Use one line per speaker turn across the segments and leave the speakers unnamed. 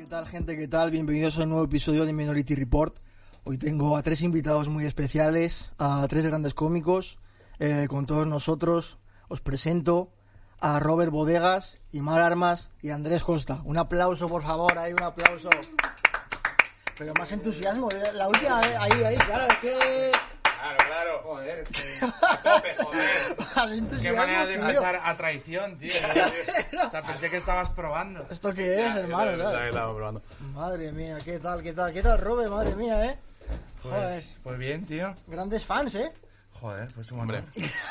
¿Qué tal, gente? ¿Qué tal? Bienvenidos a un nuevo episodio de Minority Report. Hoy tengo a 3 invitados muy especiales, a 3 grandes cómicos. Con todos nosotros os presento a Robert Bodegas, Imar Armas y Andrés Costa. Un aplauso, por favor, ahí un aplauso. Pero más entusiasmo, la última vez, ahí, claro, es que...
Claro. Joder. A tope, joder. Qué manera de empezar a traición, tío. O sea, pensé que estabas probando.
¿Esto qué es, hermano?
Estaba probando.
Madre mía, ¿qué tal, Robert? Madre mía, Joder.
Pues bien, tío.
Grandes fans,
Joder, pues un hombre.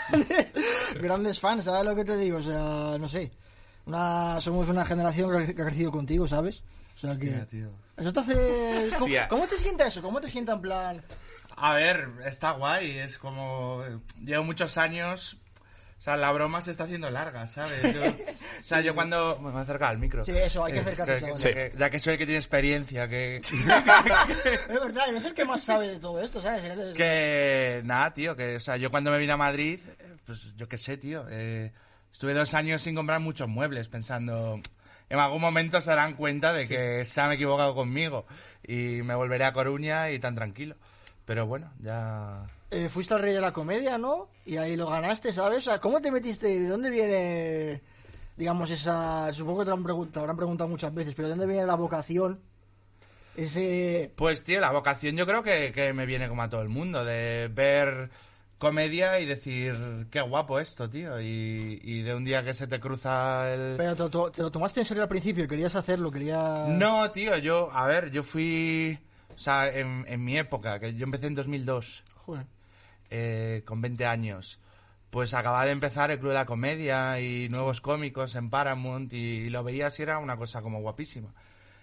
Grandes fans, ¿sabes lo que te digo? O sea, no sé. Somos una generación que ha crecido contigo, ¿sabes? O sea que...
Hostia, tío.
Eso te hace... ¿Cómo te sienta eso? ¿Cómo te sienta en plan...?
A ver, está guay. Es como... Llevo muchos años... O sea, la broma se está haciendo larga, ¿sabes? Yo cuando... Me voy a acercar al micro.
Sí, eso, hay que acercarse, chaval.
Ya que soy el que tiene experiencia, que...
Es verdad, eres el que más sabe de todo esto, ¿sabes?
Que... Nada, tío, que... O sea, yo cuando me vine a Madrid... Pues yo qué sé, tío. Estuve 2 años sin comprar muchos muebles, pensando... En algún momento se darán cuenta de que se han equivocado conmigo. Y me volveré a Coruña y tan tranquilo. Pero bueno, ya...
Fuiste al Rey de la Comedia, ¿no? Y ahí lo ganaste, ¿sabes? O sea, ¿cómo te metiste? ¿De dónde viene, digamos, esa... Supongo que te habrán preguntado muchas veces, pero ¿de dónde viene la vocación?
Pues, tío, la vocación yo creo que me viene como a todo el mundo, de ver comedia y decir, qué guapo esto, tío. Y de un día que se te cruza el...
Pero te lo tomaste en serio al principio, querías hacerlo,
No, tío, yo fui... O sea, en mi época, que yo empecé en 2002.
Joder.
Con 20 años, pues acababa de empezar el Club de la Comedia y nuevos cómicos en Paramount y lo veías y era una cosa como guapísima.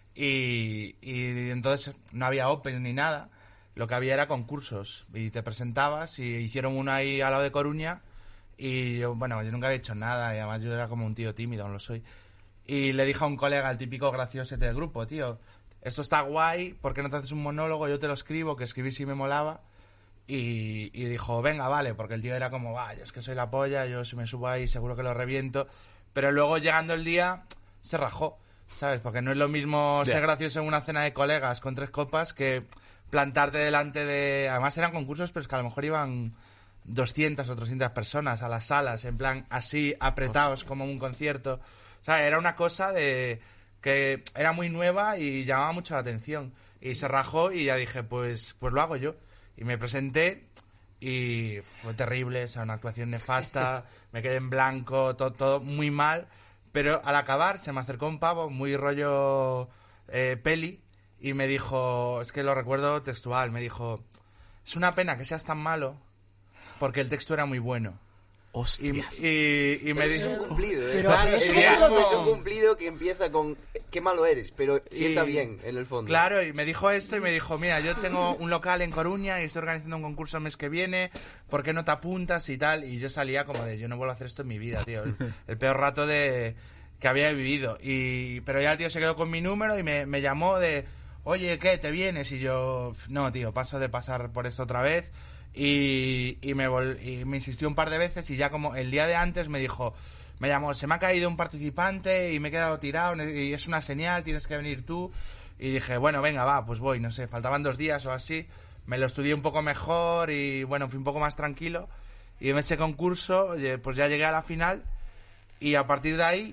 Y entonces no había Open ni nada, lo que había era concursos y te presentabas y hicieron uno ahí al lado de Coruña y yo nunca había hecho nada y además yo era como un tío tímido, no lo soy. Y le dije a un colega, el típico gracioso del grupo, tío, esto está guay, ¿por qué no te haces un monólogo? Yo te lo escribo, que escribí si me molaba. Y dijo, venga, vale, porque el tío era como, yo es que soy la polla, yo si me subo ahí seguro que lo reviento. Pero luego, llegando el día, se rajó, ¿sabes? Porque no es lo mismo ser gracioso en una cena de colegas con 3 copas que plantarte delante de... Además eran concursos, pero es que a lo mejor iban 200 o 300 personas a las salas, en plan así, apretados como un concierto. O sea, era una cosa de que era muy nueva y llamaba mucho la atención. Y se rajó y ya dije, pues lo hago yo. Y me presenté y fue terrible, o sea, una actuación nefasta, me quedé en blanco, todo muy mal, pero al acabar se me acercó un pavo muy rollo peli y me dijo, es que lo recuerdo textual, me dijo, es una pena que seas tan malo porque el texto era muy bueno.
Hostias.
Y me dijo...
Es un cumplido,
Pero
es un cumplido que empieza con qué malo eres, pero sienta bien en el fondo.
Claro, y me dijo esto y me dijo, mira, yo tengo un local en Coruña y estoy organizando un concurso el mes que viene, ¿por qué no te apuntas y tal? Y yo salía como de, yo no vuelvo a hacer esto en mi vida, tío. El peor rato que había vivido. Pero ya el tío se quedó con mi número y me llamó de, oye, ¿qué? ¿Te vienes? Y yo, no, tío, paso de pasar por esto otra vez. Y me insistió un par de veces y ya como el día de antes me dijo, me llamó, se me ha caído un participante y me he quedado tirado y es una señal, tienes que venir tú. Y dije, bueno, venga, va, pues voy, no sé, faltaban 2 días o así, me lo estudié un poco mejor y bueno, fui un poco más tranquilo. Y en ese concurso, pues ya llegué a la final y a partir de ahí,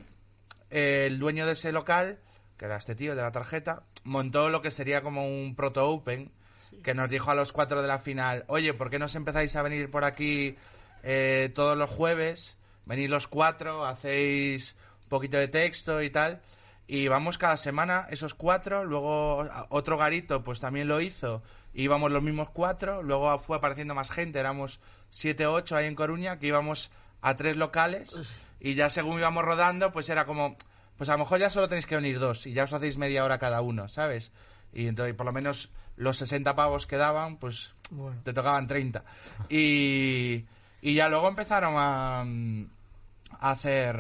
el dueño de ese local, que era este tío de la tarjeta, montó lo que sería como un proto-open, que nos dijo a los 4 de la final, oye, ¿por qué no os empezáis a venir por aquí todos los jueves? Venid los 4, hacéis un poquito de texto y tal, y vamos cada semana esos 4, luego otro garito pues también lo hizo, íbamos los mismos 4, luego fue apareciendo más gente, éramos 7 o 8 ahí en Coruña, que íbamos a 3 locales, y ya según íbamos rodando, pues era como, pues a lo mejor ya solo tenéis que venir 2, y ya os hacéis media hora cada uno, ¿sabes? Y entonces por lo menos los 60 pavos que daban, pues te tocaban 30. Y ya luego empezaron a hacer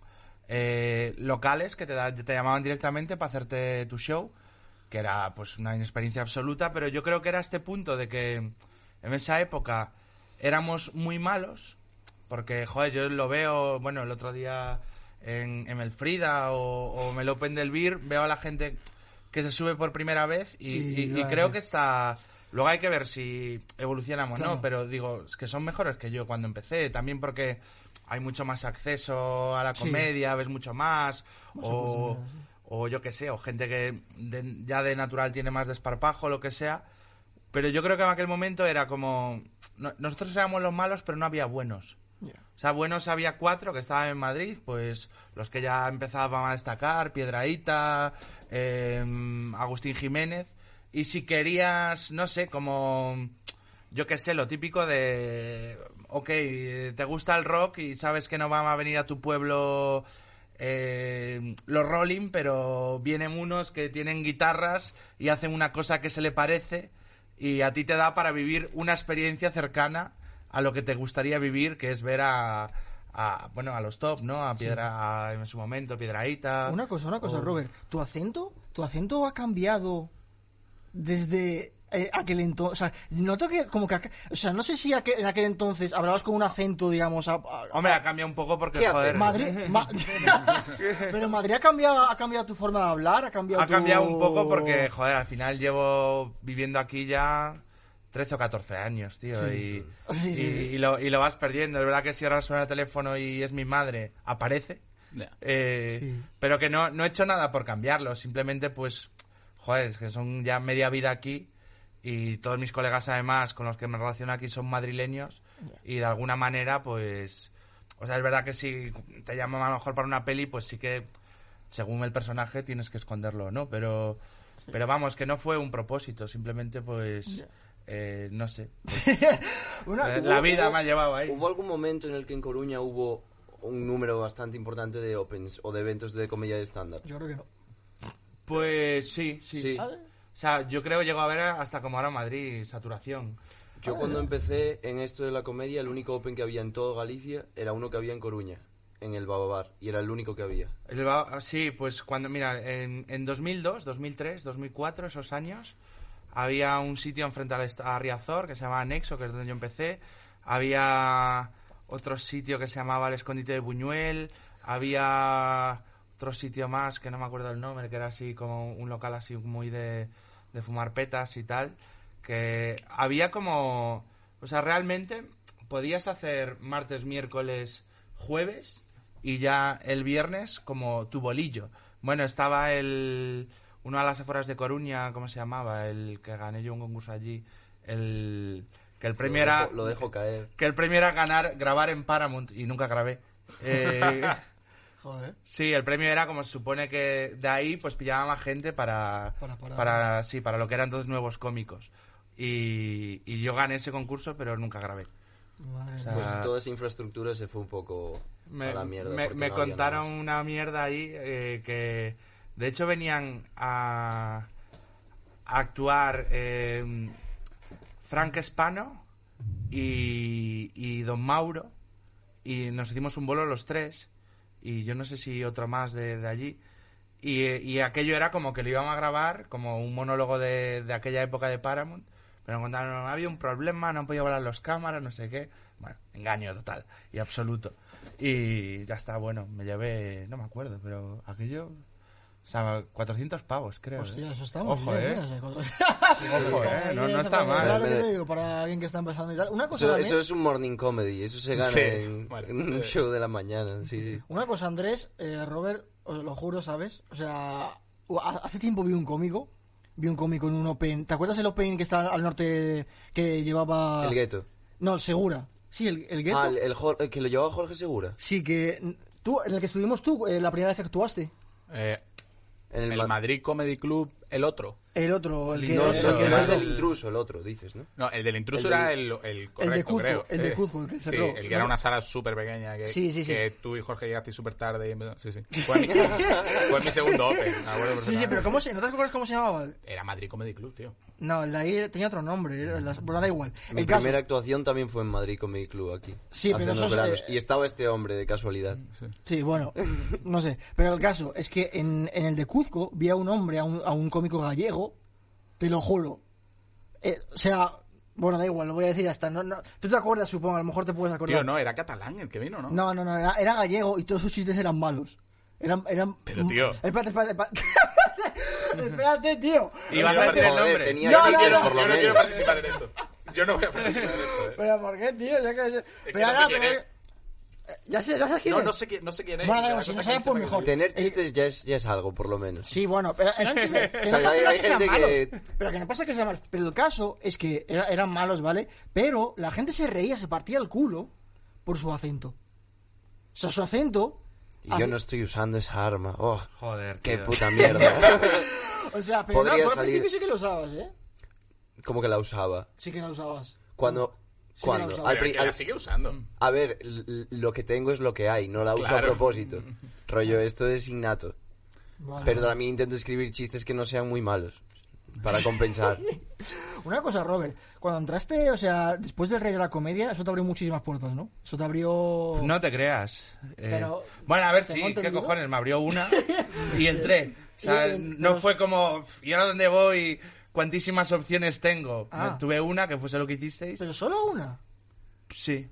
locales que te llamaban directamente para hacerte tu show, que era pues una inexperiencia absoluta, pero yo creo que era este punto de que en esa época éramos muy malos, porque, joder, yo lo veo, bueno, el otro día en Melfrida o el Open del Beer, veo a la gente que se sube por primera vez y creo que está... Luego hay que ver si evolucionamos o no, pero digo, es que son mejores que yo cuando empecé, también porque hay mucho más acceso a la comedia, ves mucho más, o yo qué sé, o gente que ya de natural tiene más desparpajo, lo que sea, pero yo creo que en aquel momento era como... nosotros éramos los malos, pero no había buenos. O sea, buenos había 4 que estaban en Madrid, pues los que ya empezaban a destacar, Piedrahita, Agustín Jiménez... Y si querías, no sé, como, yo qué sé, lo típico de, ok, te gusta el rock y sabes que no van a venir a tu pueblo los Rolling, pero vienen unos que tienen guitarras y hacen una cosa que se le parece y a ti te da para vivir una experiencia cercana a lo que te gustaría vivir, que es ver a los top, ¿no? En su momento, Piedrahita.
Una cosa, Robert, ¿tu acento ha cambiado desde aquel entonces? O sea, noto que como que... O sea, no sé si en aquel entonces hablabas con un acento, digamos...
Hombre, ha cambiado un poco porque, joder...
Pero Madrid ha cambiado tu forma de hablar, ha cambiado
un poco porque, joder, al final llevo viviendo aquí ya 13 o 14 años, tío,
sí.
Y lo vas perdiendo. Es verdad que si ahora suena el teléfono y es mi madre, aparece. Pero que no he hecho nada por cambiarlo, simplemente pues... Joder, es que son ya media vida aquí y todos mis colegas además con los que me relaciono aquí son madrileños y de alguna manera pues... O sea, es verdad que si te llaman a lo mejor para una peli pues sí que según el personaje tienes que esconderlo, ¿no? Pero vamos, que no fue un propósito, simplemente pues... no sé. La vida me ha llevado ahí.
¿Hubo algún momento en el que en Coruña hubo un número bastante importante de opens o de eventos de comedia de stand-up?
Yo creo que no.
Pues sí. O sea, yo creo que llegó a ver hasta como ahora en Madrid, saturación.
Yo cuando empecé en esto de la comedia, el único open que había en toda Galicia era uno que había en Coruña, en el Bababar, y era el único que había.
Sí, pues cuando, mira, en 2002, 2003, 2004, esos años, había un sitio enfrente a Riazor que se llamaba Nexo, que es donde yo empecé. Había otro sitio que se llamaba El Escondite de Buñuel. Había... otro sitio más que no me acuerdo el nombre, que era así como un local así muy de fumar petas y tal, que había como, o sea, realmente podías hacer martes, miércoles, jueves y ya el viernes como tu bolillo. Bueno, estaba uno a las afueras de Coruña, ¿cómo se llamaba? El que gané yo un concurso allí, que el premio
lo dejo caer.
Que el premio era grabar en Paramount y nunca grabé.
Joder.
Sí, el premio era como se supone que de ahí pues pillaban a gente para lo que eran entonces nuevos cómicos. Y yo gané ese concurso, pero nunca grabé.
Madre
pues toda esa infraestructura se fue un poco a la mierda.
Me contaron una mierda ahí que de hecho venían a actuar Frank Espano y Don Mauro y nos hicimos un bolo los tres. Y yo no sé si otro más de allí. Y aquello era como que lo iban a grabar, como un monólogo de aquella época de Paramount. Pero cuando ha habido un problema, no han podido hablar los cámaras, no sé qué. Bueno, engaño total y absoluto. Y ya está, bueno, me llevé, no me acuerdo, pero aquello... O sea, 400 pavos, creo.
Hostia, eso está muy
Ojo,
bien.
Ojo, no está mal.
Claro que te digo, para alguien que está empezando y tal. Una cosa
eso es un morning comedy, eso se gana en un show de la mañana. Sí.
Una cosa, Andrés, Robert, os lo juro, ¿sabes? O sea, hace tiempo vi un cómico en un open. ¿Te acuerdas el open que está al norte que llevaba...
El Gueto?
No, el Segura. Sí, el Gueto.
El que lo llevaba Jorge Segura.
Sí, que tú, en el que estuvimos tú, la primera vez que actuaste.
En el Madrid Comedy Club, el otro.
El otro, el que...
No, el del intruso, el otro, dices, ¿no?
No, el del intruso era el correcto, creo.
El de Cuzco, el que cerró.
Sí, el que era una sala súper pequeña que tú y Jorge llegasteis súper tarde. Sí. Fue mi segundo open.
Sí, pero ¿no te acuerdas cómo se llamaba?
Era Madrid Comedy Club, tío.
No, el de ahí tenía otro nombre. Bueno, da igual.
Mi primera actuación también fue en Madrid Comedy Club aquí.
Sí, pero
eso y estaba este hombre de casualidad.
Sí, bueno, no sé. Pero el caso es que en el de Cuzco vi a un hombre, a un cómico gallego, te lo juro. O sea, bueno, da igual, lo voy a decir hasta. No, tú te acuerdas, supongo, a lo mejor te puedes acordar.
Tío, no, era catalán el que vino, ¿no?
No, era gallego y todos sus chistes eran malos. Eran
Pero, tío...
Espérate. Espérate, tío.
Y vas a decir el nombre.
Tenía
No,
que
no,
ser
no.
por lo
Yo no quiero
menos.
participar en esto. Yo no voy a participar en esto.
¿Pero por qué, tío? Pero
no sé quién es.
Ya sabes quién es.
No sé quién es.
Bueno,
Cada
no, si
cosa
no
que
sabes, pues
sepa que
mejor.
Tener chistes ya es algo, por lo menos.
Sí, bueno, pero eran chistes. Que
O sea,
no pasa
hay
que sean
gente
malos.
que-
Pero que no pasa que sean malos. Pero el caso es que eran malos, ¿vale? Pero la gente se reía, se partía el culo por su acento. O sea, su acento.
Y yo no estoy usando esa arma. Oh,
Joder,
qué
tío.
puta mierda.
O sea, pero
Podría
no, tú al
salir-
principio sí que lo usabas, ¿eh?
Como que la usaba.
Sí que la usabas.
Cuando...
Sí que la
Cuando,
usaba.
al
Pero
pri-
que la
al-
sigue usando.
a ver, lo que tengo es lo que hay, no la uso
Claro.
a propósito. Rollo, esto es innato.
Vale.
Pero también intento escribir chistes que no sean muy malos. Para compensar.
Una cosa, Robert. Cuando entraste, o sea, después del Rey de la Comedia, eso te abrió muchísimas puertas, ¿no? Eso te abrió...
No te creas.
Pero-
Bueno, a ver,
¿tengo
sí, qué
entendido?
cojones, me abrió una y entré. O sea,
Y-
no
pero-
fue como, ¿y ahora dónde voy? ¿Cuantísimas opciones tengo?
Ah.
Tuve una, que fuese lo que hicisteis.
Pero solo una.
Sí.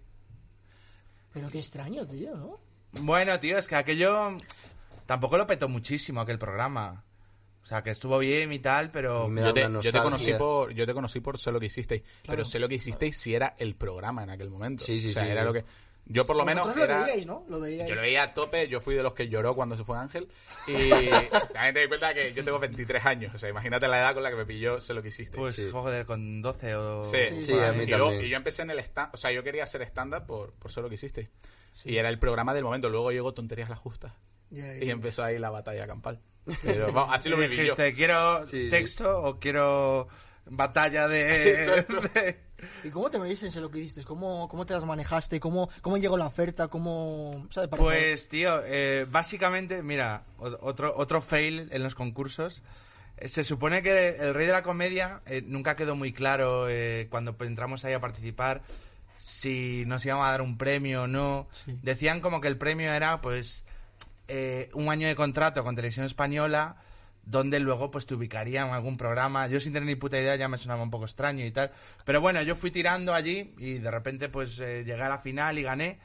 Pero qué extraño, tío, ¿no?
Bueno, tío, es que aquello tampoco lo petó muchísimo, aquel programa. O sea, que estuvo bien y tal, pero...
Y me da una
Yo te
nostalgia.
conocí por Sé lo que hicisteis. Pero Sé lo que hicisteis si era el programa en aquel momento.
Sí, sí,
o sea,
sí.
era lo que... Yo por lo menos
Vosotros
era...
lo veíais, ¿no? Lo veíais.
Yo lo veía a tope, yo fui de los que lloró cuando se fue Ángel. Y también te di cuenta que yo tengo 23 años. O sea, imagínate la edad con la que me pilló Sé lo que hicisteis.
Pues,
Sí.
joder, con 12 o...
Sí,
Sí, a mí también.
y yo empecé en el stand, o sea, yo quería hacer stand-up por Sé lo que hicisteis. Y era el programa del momento. Luego llegó Tonterías las Justas.
Ya.
Y empezó ahí la batalla campal. Pero, vamos, así lo viví yo.
Dijiste, ¿quiero
Sí,
texto o quiero batalla de...?
Exacto.
¿Y cómo te veis en lo que hiciste? ¿Cómo te las manejaste? ¿Cómo llegó la oferta? ¿Cómo...? ¿Sabes? Para saber.
Pues, tío, básicamente, mira, otro fail en los concursos. Se supone que el Rey de la Comedia nunca quedó muy claro cuando entramos ahí a participar si nos íbamos a dar un premio o no.
Sí.
Decían como que el premio era, pues, un año de contrato con Televisión Española, donde luego pues te ubicarían en algún programa. Yo sin tener ni puta idea ya me sonaba un poco extraño y tal. Pero bueno, yo fui tirando allí y de repente pues llegué a la final y gané.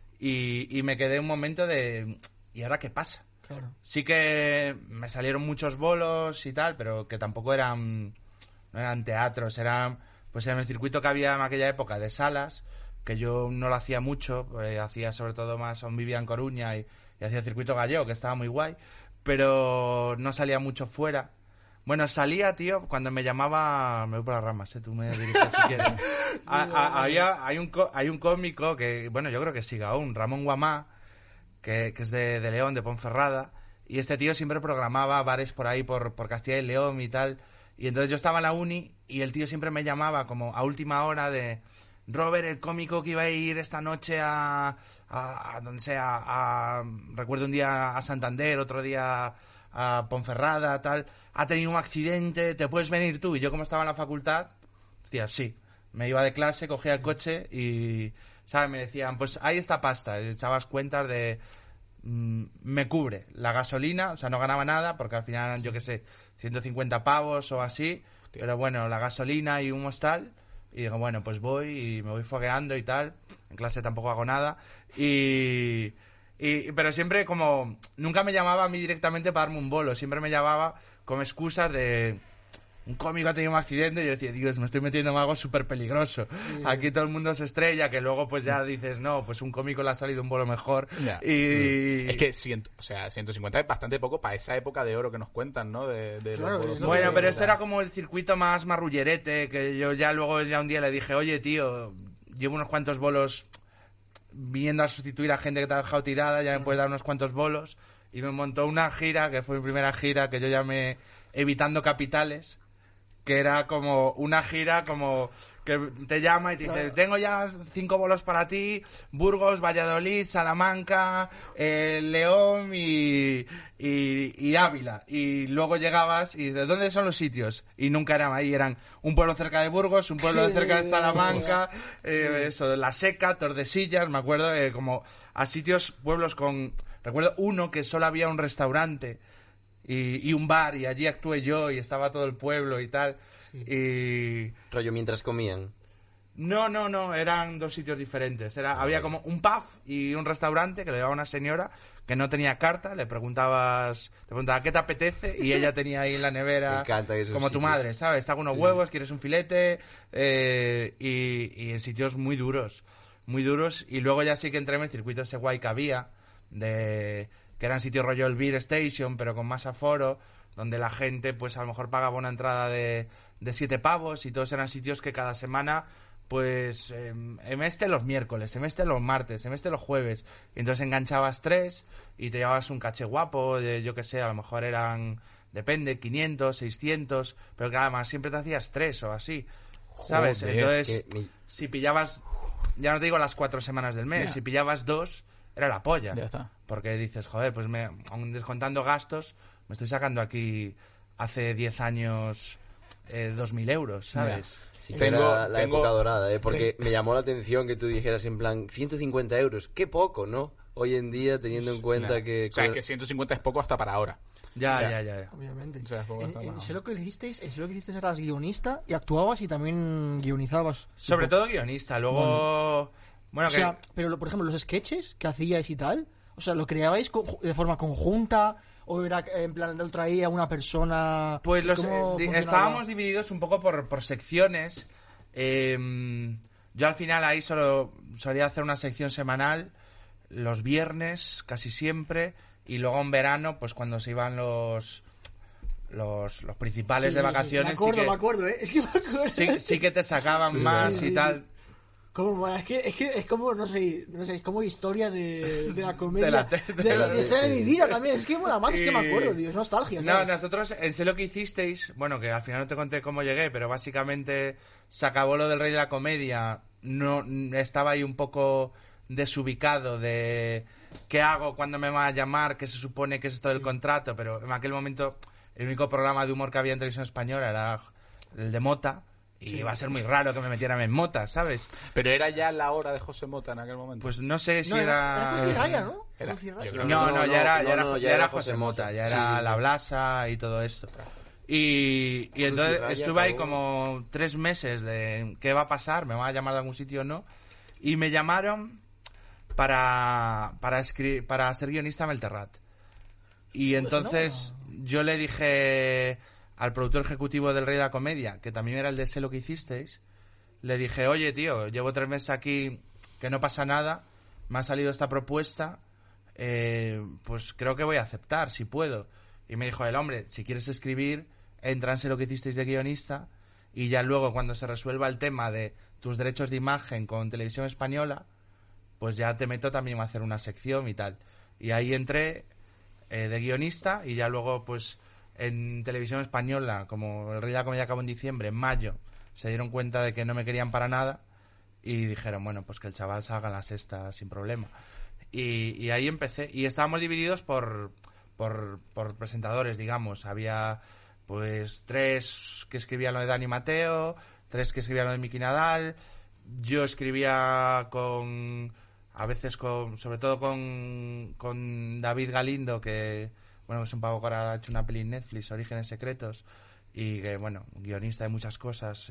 Y me quedé un momento de... ¿Y ahora qué pasa?
Claro.
Sí que me salieron muchos bolos y tal, pero que tampoco eran... No eran teatros, eran... Pues en el circuito que había en aquella época de salas, que yo no lo hacía mucho, hacía sobre todo más... Aún vivía en Coruña y hacía el circuito gallego, que estaba muy guay, pero no salía mucho fuera. Bueno, salía, tío, cuando me llamaba... Me voy por las ramas, tú me diriges si quieres. Hay un cómico que, bueno, yo creo que sigue aún, Ramón Guamá, que es de León, de Ponferrada, y este tío siempre programaba bares por ahí, por Castilla y León y tal, y entonces yo estaba en la uni y el tío siempre me llamaba como a última hora de... Robert, el cómico que iba a ir esta noche a donde sea, recuerdo un día a Santander, otro día a Ponferrada, tal, ha tenido un accidente, ¿te puedes venir tú? Y yo como estaba en la facultad, decía, sí, me iba de clase, cogía el coche y, ¿sabes? Me decían, pues ahí está pasta, y echabas cuentas de, me cubre la gasolina, o sea, no ganaba nada, porque al final, yo qué sé, 150 pavos o así, pero bueno, la gasolina y un hostal. Y digo, bueno, pues voy y me voy fogueando y tal. En clase tampoco hago nada. Pero siempre como... Nunca me llamaba a mí directamente para darme un bolo. Siempre me llamaba con excusas de... Un cómico ha tenido un accidente y yo decía, Dios, me estoy metiendo en algo súper peligroso. Sí. Aquí todo el mundo se estrella, que luego pues ya dices, no, pues un cómico le ha salido un bolo mejor.
Ya.
Y...
Es que 150 es bastante poco para esa época de oro que nos cuentan, ¿no? De
Claro,
los bolos.
Bueno, pero esto era como el circuito más marrullerete, que yo ya luego un día le dije, oye, tío, llevo unos cuantos bolos viniendo a sustituir a gente que te ha dejado tirada, ya me puedes dar unos cuantos bolos. Y me montó una gira, que fue mi primera gira, que yo llamé Evitando Capitales, que era como una gira como que te llama y te dice, tengo ya 5 bolos para ti, Burgos, Valladolid, Salamanca, León y Ávila. Y luego llegabas y ¿de dónde son los sitios? Y nunca eran ahí, eran un pueblo cerca de Burgos, un pueblo cerca de Salamanca, eso, La Seca, Tordesillas, me acuerdo, como a sitios, pueblos con... Recuerdo uno que solo había un restaurante y un bar, y allí actué yo y estaba todo el pueblo y tal. Y
rollo mientras comían.
No, eran 2 sitios diferentes. Había como un pub y un restaurante que lo llevaba una señora que no tenía carta, le preguntaba ¿qué te apetece? Y ella tenía ahí en la nevera,
Me encanta esos
como tu
sitios.
madre, ¿sabes? Te hago unos huevos, quieres un filete, y en sitios muy duros, y luego ya sí que entré en el circuito ese guay que había, que eran sitios rollo el Beer Station, pero con más aforo, donde la gente pues a lo mejor pagaba una entrada de 7 pavos y todos eran sitios que cada semana pues en los miércoles, en los martes, en los jueves, y entonces enganchabas 3 y te llevabas un caché guapo de, yo que sé, a lo mejor eran, depende, 500, 600, pero que además siempre te hacías 3 o así, ¿sabes?
Joder,
Entonces, si pillabas, ya no te digo las 4 semanas del mes, si pillabas 2, era la polla.
Ya está.
Porque dices, joder, pues aun descontando gastos, me estoy sacando aquí hace 10 años 2.000 euros, ¿sabes?
Sí, que
Tengo-
era la
tengo-
época dorada, porque me llamó la atención que tú dijeras en plan 150 euros. Qué poco, ¿no? Hoy en día, teniendo en cuenta que...
O sea, que 150 es poco hasta para ahora.
Ya.
Obviamente.
O sea, es poco hasta para
Sé lo que hicisteis, eras guionista y actuabas y también guionizabas.
Sobre todo guionista, luego... Bueno,
O sea, pero por ejemplo, los sketches que hacíais y tal, o sea, ¿lo creabais de forma conjunta o era en plan lo traía una persona?
pues
¿Cómo funcionaba?
estábamos divididos un poco por secciones. Yo al final ahí solo solía hacer una sección semanal, los viernes, casi siempre, y luego en verano, pues cuando se iban los principales
Sí,
de
sí,
vacaciones,
me acuerdo, ¿eh? Es que me acuerdo.
sí que te sacaban más
sí,
y
sí.
tal.
¿Cómo mola? Es que es como, no sé, es como historia de la comedia.
De la
de historia de mi vida también. Es que mola más, es que me
Y-
acuerdo, tío. Es nostalgia,
No,
¿sabes?
nosotros en Sé lo que hicisteis, bueno, que al final no te conté cómo llegué, pero básicamente se acabó lo del Rey de la Comedia. No estaba ahí un poco desubicado de qué hago, cuándo me va a llamar, qué se supone que es esto del contrato, pero en aquel momento el único programa de humor que había en televisión española era el de Mota. Y iba a ser muy raro que me metieran en Mota, ¿sabes?
Pero era ya la hora de José Mota en aquel momento.
Pues no sé si
No, era Cruz y
era...
Raya, ¿no?
Era-
Cruz y Raya.
yo creo
No, ya era
José
José Mota,
Mota.
ya
Sí,
era
sí,
La
sí.
Blasa y todo esto. Y entonces
Raya
estuve ahí
acabó-
como 3 meses de qué va a pasar, me van a llamar de algún sitio o no. Y me llamaron para ser guionista en el Terrat. Y entonces yo le dije al productor ejecutivo del Rey de la Comedia, que también era el de Sé lo que hicisteis, le dije, oye tío, llevo 3 meses aquí, que no pasa nada, me ha salido esta propuesta, pues creo que voy a aceptar, si puedo. Y me dijo el hombre, si quieres escribir, entra en Sé lo que hicisteis de guionista, y ya luego cuando se resuelva el tema de tus derechos de imagen con Televisión Española, pues ya te meto también a hacer una sección y tal. Y ahí entré de guionista y ya luego pues en Televisión Española, como el Rey de la Comedia acabó en diciembre, en mayo, se dieron cuenta de que no me querían para nada y dijeron, bueno, pues que el chaval salga en la sexta sin problema. Y ahí empecé. Y estábamos divididos por presentadores, digamos. Había pues 3 que escribían lo de Dani Mateo, 3 que escribían lo de Miki Nadal. Yo escribía a veces sobre todo con David Galindo, que bueno, es un pavo que ahora ha hecho una peli en Netflix, Orígenes Secretos, y que bueno, guionista de muchas cosas,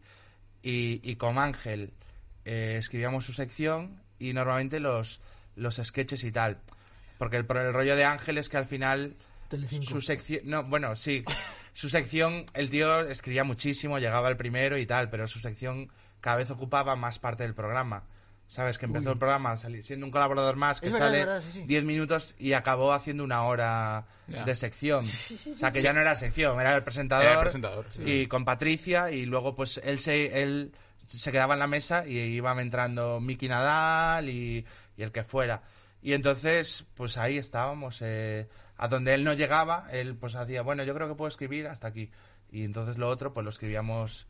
y con Ángel escribíamos su sección y normalmente los sketches y tal, porque el rollo de Ángel es que al final
Telecinco.
su sección, no, bueno, sí, su sección, el tío escribía muchísimo, llegaba el primero y tal, pero su sección cada vez ocupaba más parte del programa. ¿Sabes? Que empezó el programa siendo un colaborador más que
Es verdad,
sale
es verdad, sí, sí.
10 minutos y acabó haciendo 1 hora
Ya.
de sección. O sea, que ya no era sección, era el presentador.
Era el presentador, sí.
Y con Patricia, y luego pues él se quedaba en la mesa y iba entrando Miki Nadal y el que fuera. Y entonces, pues ahí estábamos. A donde él no llegaba, él pues hacía, bueno, yo creo que puedo escribir hasta aquí. Y entonces lo otro, pues lo escribíamos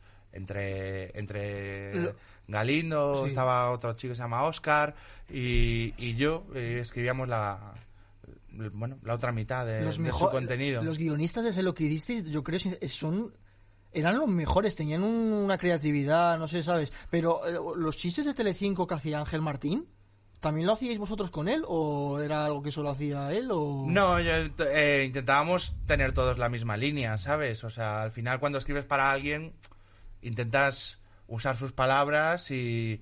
entre Galindo,
Sí.
estaba otro chico que se llama Oscar, y yo escribíamos la otra mitad de su contenido.
Los guionistas de Sé lo que hicisteis, yo creo eran los mejores, tenían una creatividad, no sé, ¿sabes? Pero los chistes de Telecinco que hacía Ángel Martín, ¿también lo hacíais vosotros con él o era algo que solo hacía él o...?
No, intentábamos tener todos la misma línea, ¿sabes? O sea, al final cuando escribes para alguien intentas usar sus palabras y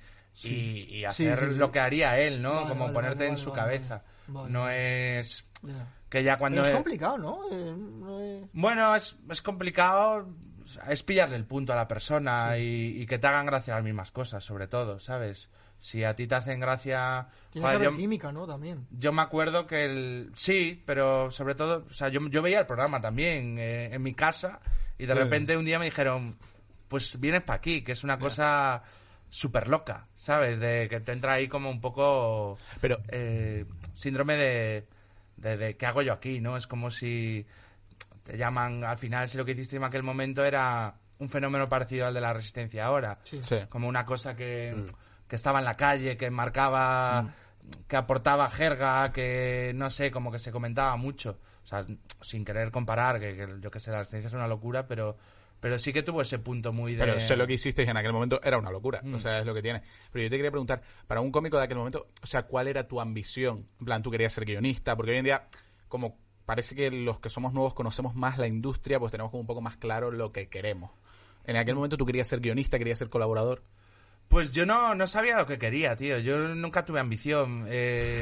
hacer lo que haría él, ¿no?
Vale,
como
vale,
ponerte
vale,
en su
vale,
cabeza.
vale.
No es...
Ya.
Que ya cuando...
Pero es complicado, ¿no? No es...
Bueno, es complicado, es pillarle el punto a la persona y que te hagan gracia las mismas cosas, sobre todo, ¿sabes? Si a ti te hacen gracia...
Tiene que haber química, ¿no? También.
Yo me acuerdo que sí, pero sobre todo, o sea, yo veía el programa también en mi casa y de repente un día me dijeron, pues vienes para aquí, que es una cosa súper loca, ¿sabes? De que te entra ahí como un poco...
Pero
síndrome de ¿qué hago yo aquí? ¿No? Es como si te llaman, al final, si lo que hiciste en aquel momento era un fenómeno parecido al de la Resistencia ahora.
Sí.
sí.
Como una cosa que estaba en la calle, que marcaba, que aportaba jerga, que no sé, como que se comentaba mucho. O sea, sin querer comparar, que yo que sé, la Resistencia es una locura, pero sí que tuvo ese punto muy de...
Pero sé lo que hicisteis en aquel momento era una locura. O sea, es lo que tiene. Pero yo te quería preguntar, para un cómico de aquel momento, o sea, ¿cuál era tu ambición? En plan, ¿tú querías ser guionista? Porque hoy en día, como parece que los que somos nuevos conocemos más la industria, pues tenemos como un poco más claro lo que queremos. En aquel momento tú querías ser guionista, querías ser colaborador.
Pues yo no sabía lo que quería, tío. Yo nunca tuve ambición.
Tú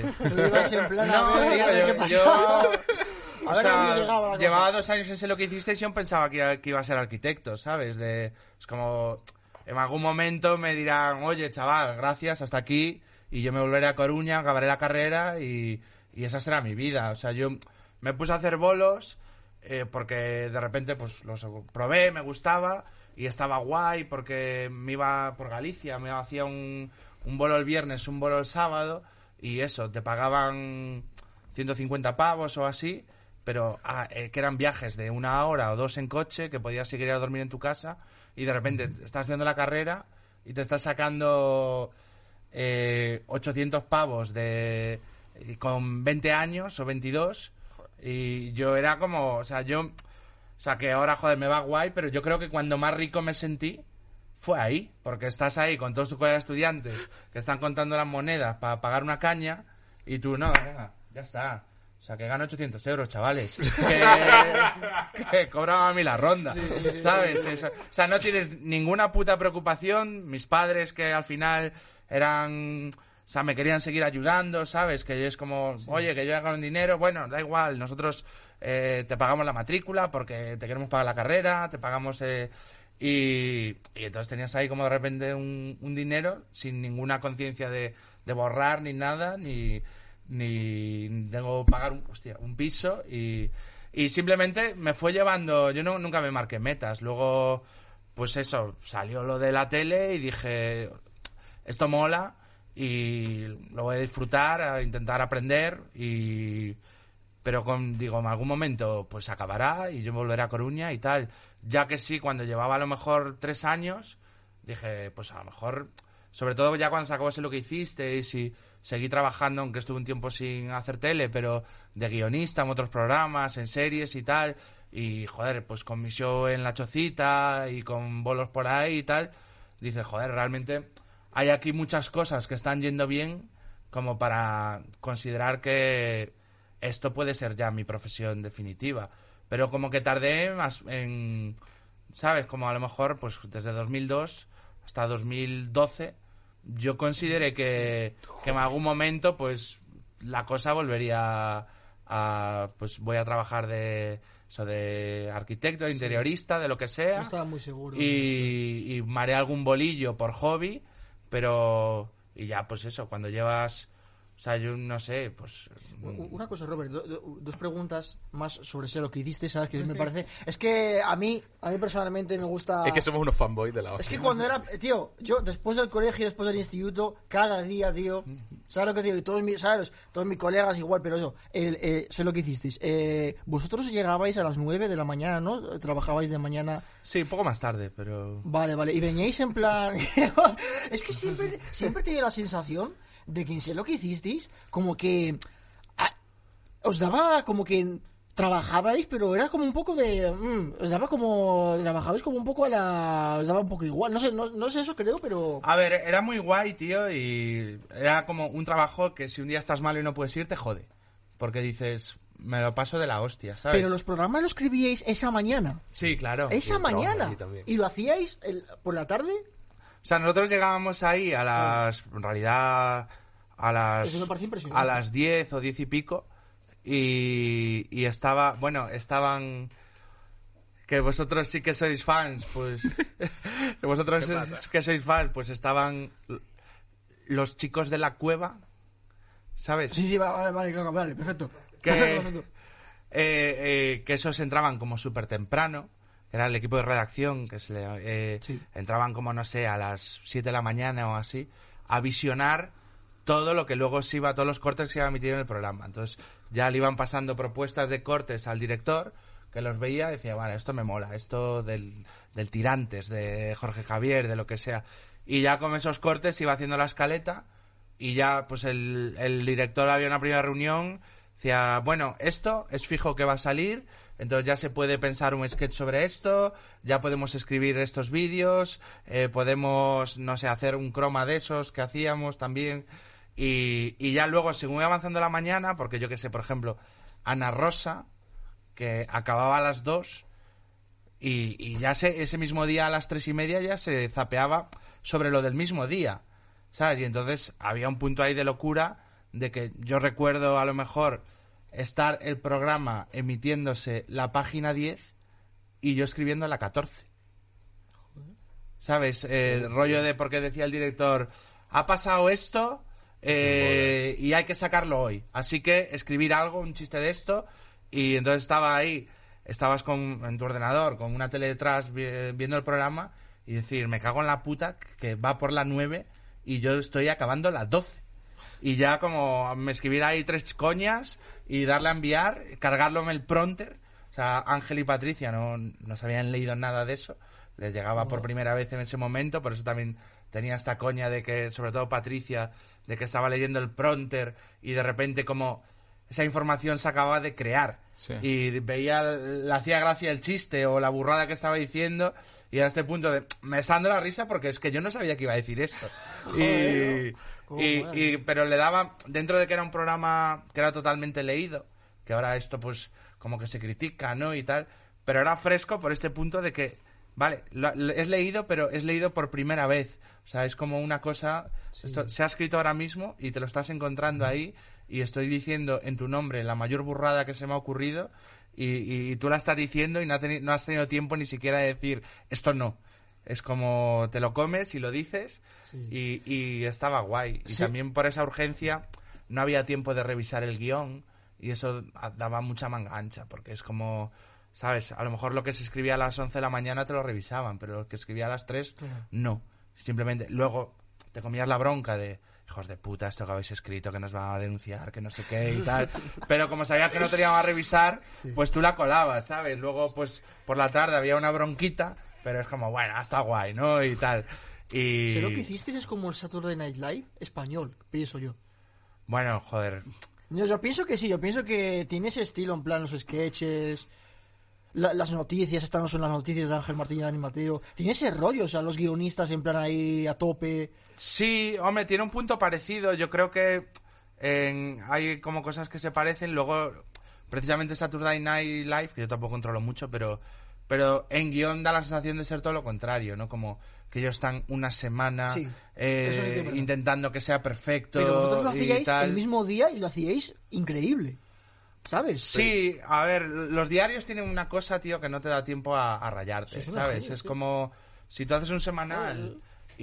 ibas en plan
No,
a ver
tío,
qué pasaba.
o
A ver a dónde llegaba la
sea,
cosa.
llevaba 2 años en Sé lo que hiciste y yo pensaba que iba a ser arquitecto, ¿sabes? Es como, en algún momento me dirán, oye, chaval, gracias, hasta aquí, y yo me volveré a Coruña, acabaré la carrera y esa será mi vida. O sea, yo me puse a hacer bolos porque de repente pues los probé, me gustaba y estaba guay porque me iba por Galicia, me hacía un bolo el viernes, un bolo el sábado y eso, te pagaban 150 pavos o así, pero que eran viajes de 1 hora o 2 en coche, que podías seguir a dormir en tu casa y de repente estás haciendo la carrera y te estás sacando 800 pavos con 20 años o 22 y yo era como, o sea, que ahora, joder, me va guay, pero yo creo que cuando más rico me sentí fue ahí, porque estás ahí con todos tus colegas estudiantes que están contando las monedas para pagar una caña y tú, no, venga, ya está. O sea, que gano 800 euros, chavales. Que cobraba a mí la ronda, ¿sabes? Eso. O sea, no tienes ninguna puta preocupación. Mis padres que al final eran... O sea, me querían seguir ayudando, ¿sabes? Que es como, oye, que yo gano dinero, bueno, da igual, nosotros te pagamos la matrícula porque te queremos pagar la carrera, te pagamos... Y entonces tenías ahí como de repente un dinero sin ninguna conciencia de borrar ni nada, ni tengo que pagar un piso y simplemente me fue llevando, yo nunca me marqué metas, luego pues eso, salió lo de la tele y dije, esto mola y lo voy a disfrutar, a intentar aprender pero digo, en algún momento pues acabará y yo volveré a Coruña y tal, ya que sí, cuando llevaba a lo mejor 3 años dije, pues a lo mejor, sobre todo ya cuando se acabó Sé lo que hiciste y si seguí trabajando, aunque estuve un tiempo sin hacer tele, pero de guionista en otros programas, en series y tal, y joder, pues con mi show en La Chocita y con bolos por ahí y tal, dices, joder, realmente hay aquí muchas cosas que están yendo bien como para considerar que esto puede ser ya mi profesión definitiva. Pero como que tardé más en, ¿sabes? Como a lo mejor pues desde 2002 hasta 2012 yo consideré que en algún momento pues la cosa volvería a pues voy a trabajar de arquitecto, de interiorista, de lo que sea.
No estaba muy seguro.
Y me haré algún bolillo por hobby, pero y ya pues eso, cuando llevas, o sea, yo no sé, pues...
Una cosa, Robert, 2 preguntas más sobre Sé lo que hiciste, ¿sabes? Que me parece... Es que a mí personalmente me gusta...
Es que somos unos fanboys de la hostia.
Es que cuando era... Tío, yo después del colegio, después del instituto, cada día, tío... ¿Sabes lo que digo? Y todos mis colegas igual, pero eso, Sé lo que hicisteis. Vosotros llegabais a las 9 de la mañana, ¿no? Trabajabais de mañana...
Sí, un poco más tarde, pero...
Vale. Y veníais en plan... Es que siempre tenía la sensación de que en Sé lo que hicisteis, como que... os daba como que trabajabais, pero era como un poco de... os daba como... Trabajabais como un poco os daba un poco igual. No sé eso creo, pero...
A ver, era muy guay, tío, y era como un trabajo que si un día estás malo y no puedes ir, te jode. Porque dices, me lo paso de la hostia, ¿sabes?
Pero los programas los escribíais esa mañana.
Sí, claro.
Esa mañana.
allí también.
¿Y lo hacíais por la tarde?
O sea, nosotros llegábamos ahí a las... En realidad,
Eso me parece impresionante.
a las 10 o 10 y pico. Y estaba... Bueno, estaban... Que vosotros sí que sois fans, pues... vosotros que sois fans, pues estaban los chicos de la cueva, ¿sabes?
Sí, vale, perfecto.
Que,
Perfecto.
que esos entraban como súper temprano. Era el equipo de redacción que
Sí.
entraban como, no sé, a las 7 de la mañana o así, a visionar todo lo que luego se iba, todos los cortes que se iba a emitir en el programa. Entonces ya le iban pasando propuestas de cortes al director, que los veía y decía, vale, esto me mola, esto del Tirantes, de Jorge Javier, de lo que sea. Y ya con esos cortes iba haciendo la escaleta y ya pues el director había una primera reunión, decía, bueno, esto es fijo que va a salir, entonces ya se puede pensar un sketch sobre esto, ya podemos escribir estos vídeos, podemos, no sé, hacer un croma de esos que hacíamos también. Y ya luego, según iba avanzando la mañana, porque yo que sé, por ejemplo, Ana Rosa, que acababa a las 2 y ya ese mismo día a las 3:30 ya se zapeaba sobre lo del mismo día, ¿sabes? Y entonces había un punto ahí de locura de que yo recuerdo a lo mejor estar el programa emitiéndose la página 10 y yo escribiendo la 14. ¿Sabes? El rollo de porque decía el director, ha pasado esto y hay que sacarlo hoy. Así que escribir algo, un chiste de esto. Y entonces estaba ahí, estabas en tu ordenador, con una tele detrás viendo el programa y decir, me cago en la puta que va por la 9 y yo estoy acabando la 12. Y ya como me escribir ahí 3 coñas y darle a enviar, cargarlo en el prompter. O sea, Ángel y Patricia no se habían leído nada de eso. Les llegaba por primera vez en ese momento, por eso también tenía esta coña de que, sobre todo Patricia, de que estaba leyendo el prompter y de repente como esa información se acababa de crear.
Sí.
Y veía, le hacía gracia el chiste o la burrada que estaba diciendo y a este punto de, me está dando la risa porque es que yo no sabía que iba a decir esto. Pero le daba, dentro de que era un programa que era totalmente leído, que ahora esto pues como que se critica, ¿no? Y tal, pero era fresco por este punto de que, vale, es leído, pero es leído por primera vez. O sea, es como una cosa, esto se ha escrito ahora mismo y te lo estás encontrando ahí y estoy diciendo en tu nombre la mayor burrada que se me ha ocurrido y tú la estás diciendo y no has tenido tiempo ni siquiera de decir esto no. Es como te lo comes y lo dices y estaba guay. Y también por esa urgencia no había tiempo de revisar el guión y eso daba mucha manga ancha porque es como, ¿sabes? A lo mejor lo que se escribía a las 11 de la mañana te lo revisaban, pero lo que escribía a las 3 no. Simplemente luego te comías la bronca de hijos de puta, esto que habéis escrito, que nos van a denunciar, que no sé qué y tal. Pero como sabías que no teníamos a revisar, pues tú la colabas, ¿sabes? Luego, pues, por la tarde había una bronquita, pero es como, bueno, está guay, ¿no? Y tal. Y...
Sé lo que hiciste es como el Saturday Night Live español, pienso yo.
Bueno, joder.
Yo pienso que sí, yo pienso que tiene ese estilo, en plan los sketches, las noticias, estas no son las noticias de Ángel Martín y Dani Mateo. Tiene ese rollo, o sea, los guionistas en plan ahí a tope.
Sí, hombre, tiene un punto parecido. Yo creo que hay como cosas que se parecen. Luego, precisamente Saturday Night Live, que yo tampoco controlo mucho, pero en guión da la sensación de ser todo lo contrario, ¿no? Como que ellos están una semana intentando que sea perfecto.
Pero vosotros lo hacíais
tal.
el mismo día y lo hacíais increíble, ¿sabes?
Sí, a ver, los diarios tienen una cosa, tío, que no te da tiempo a rayarte, ¿sabes? Es como si tú haces un semanal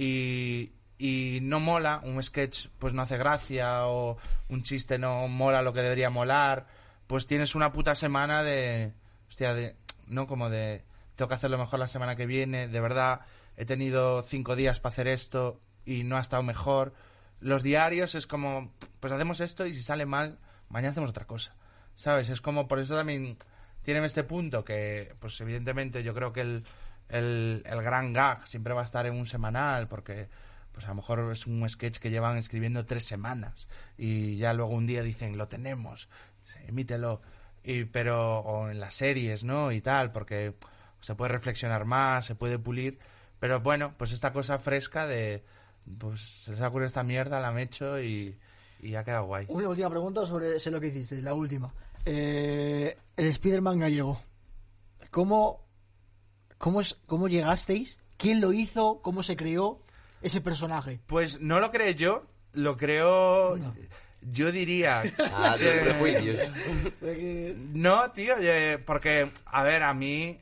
y no mola, un sketch pues no hace gracia o un chiste no mola lo que debería molar, pues tienes una puta semana de... Hostia, no como de... Tengo que hacerlo mejor la semana que viene, de verdad, he tenido 5 días para hacer esto y no ha estado mejor. Los diarios es como, pues hacemos esto y si sale mal, mañana hacemos otra cosa, ¿sabes? Es como, por eso también tienen este punto que, pues evidentemente yo creo que el gran gag siempre va a estar en un semanal porque... pues a lo mejor es un sketch que llevan escribiendo 3 semanas y ya luego un día dicen lo tenemos, emítelo, o en las series, ¿no? Y tal, porque se puede reflexionar más, se puede pulir, pero bueno, pues esta cosa fresca de pues se me ocurre esta mierda, la me echo y ha quedado guay.
Una última pregunta sobre sé lo que hiciste, la última. El Spider-Man gallego. ¿Cómo llegasteis? ¿Quién lo hizo? ¿Cómo se creó? ese personaje?
Pues no lo creo yo, lo creo...
No.
Yo diría...
Los prejuicios.
No, tío, porque, a ver, a mí,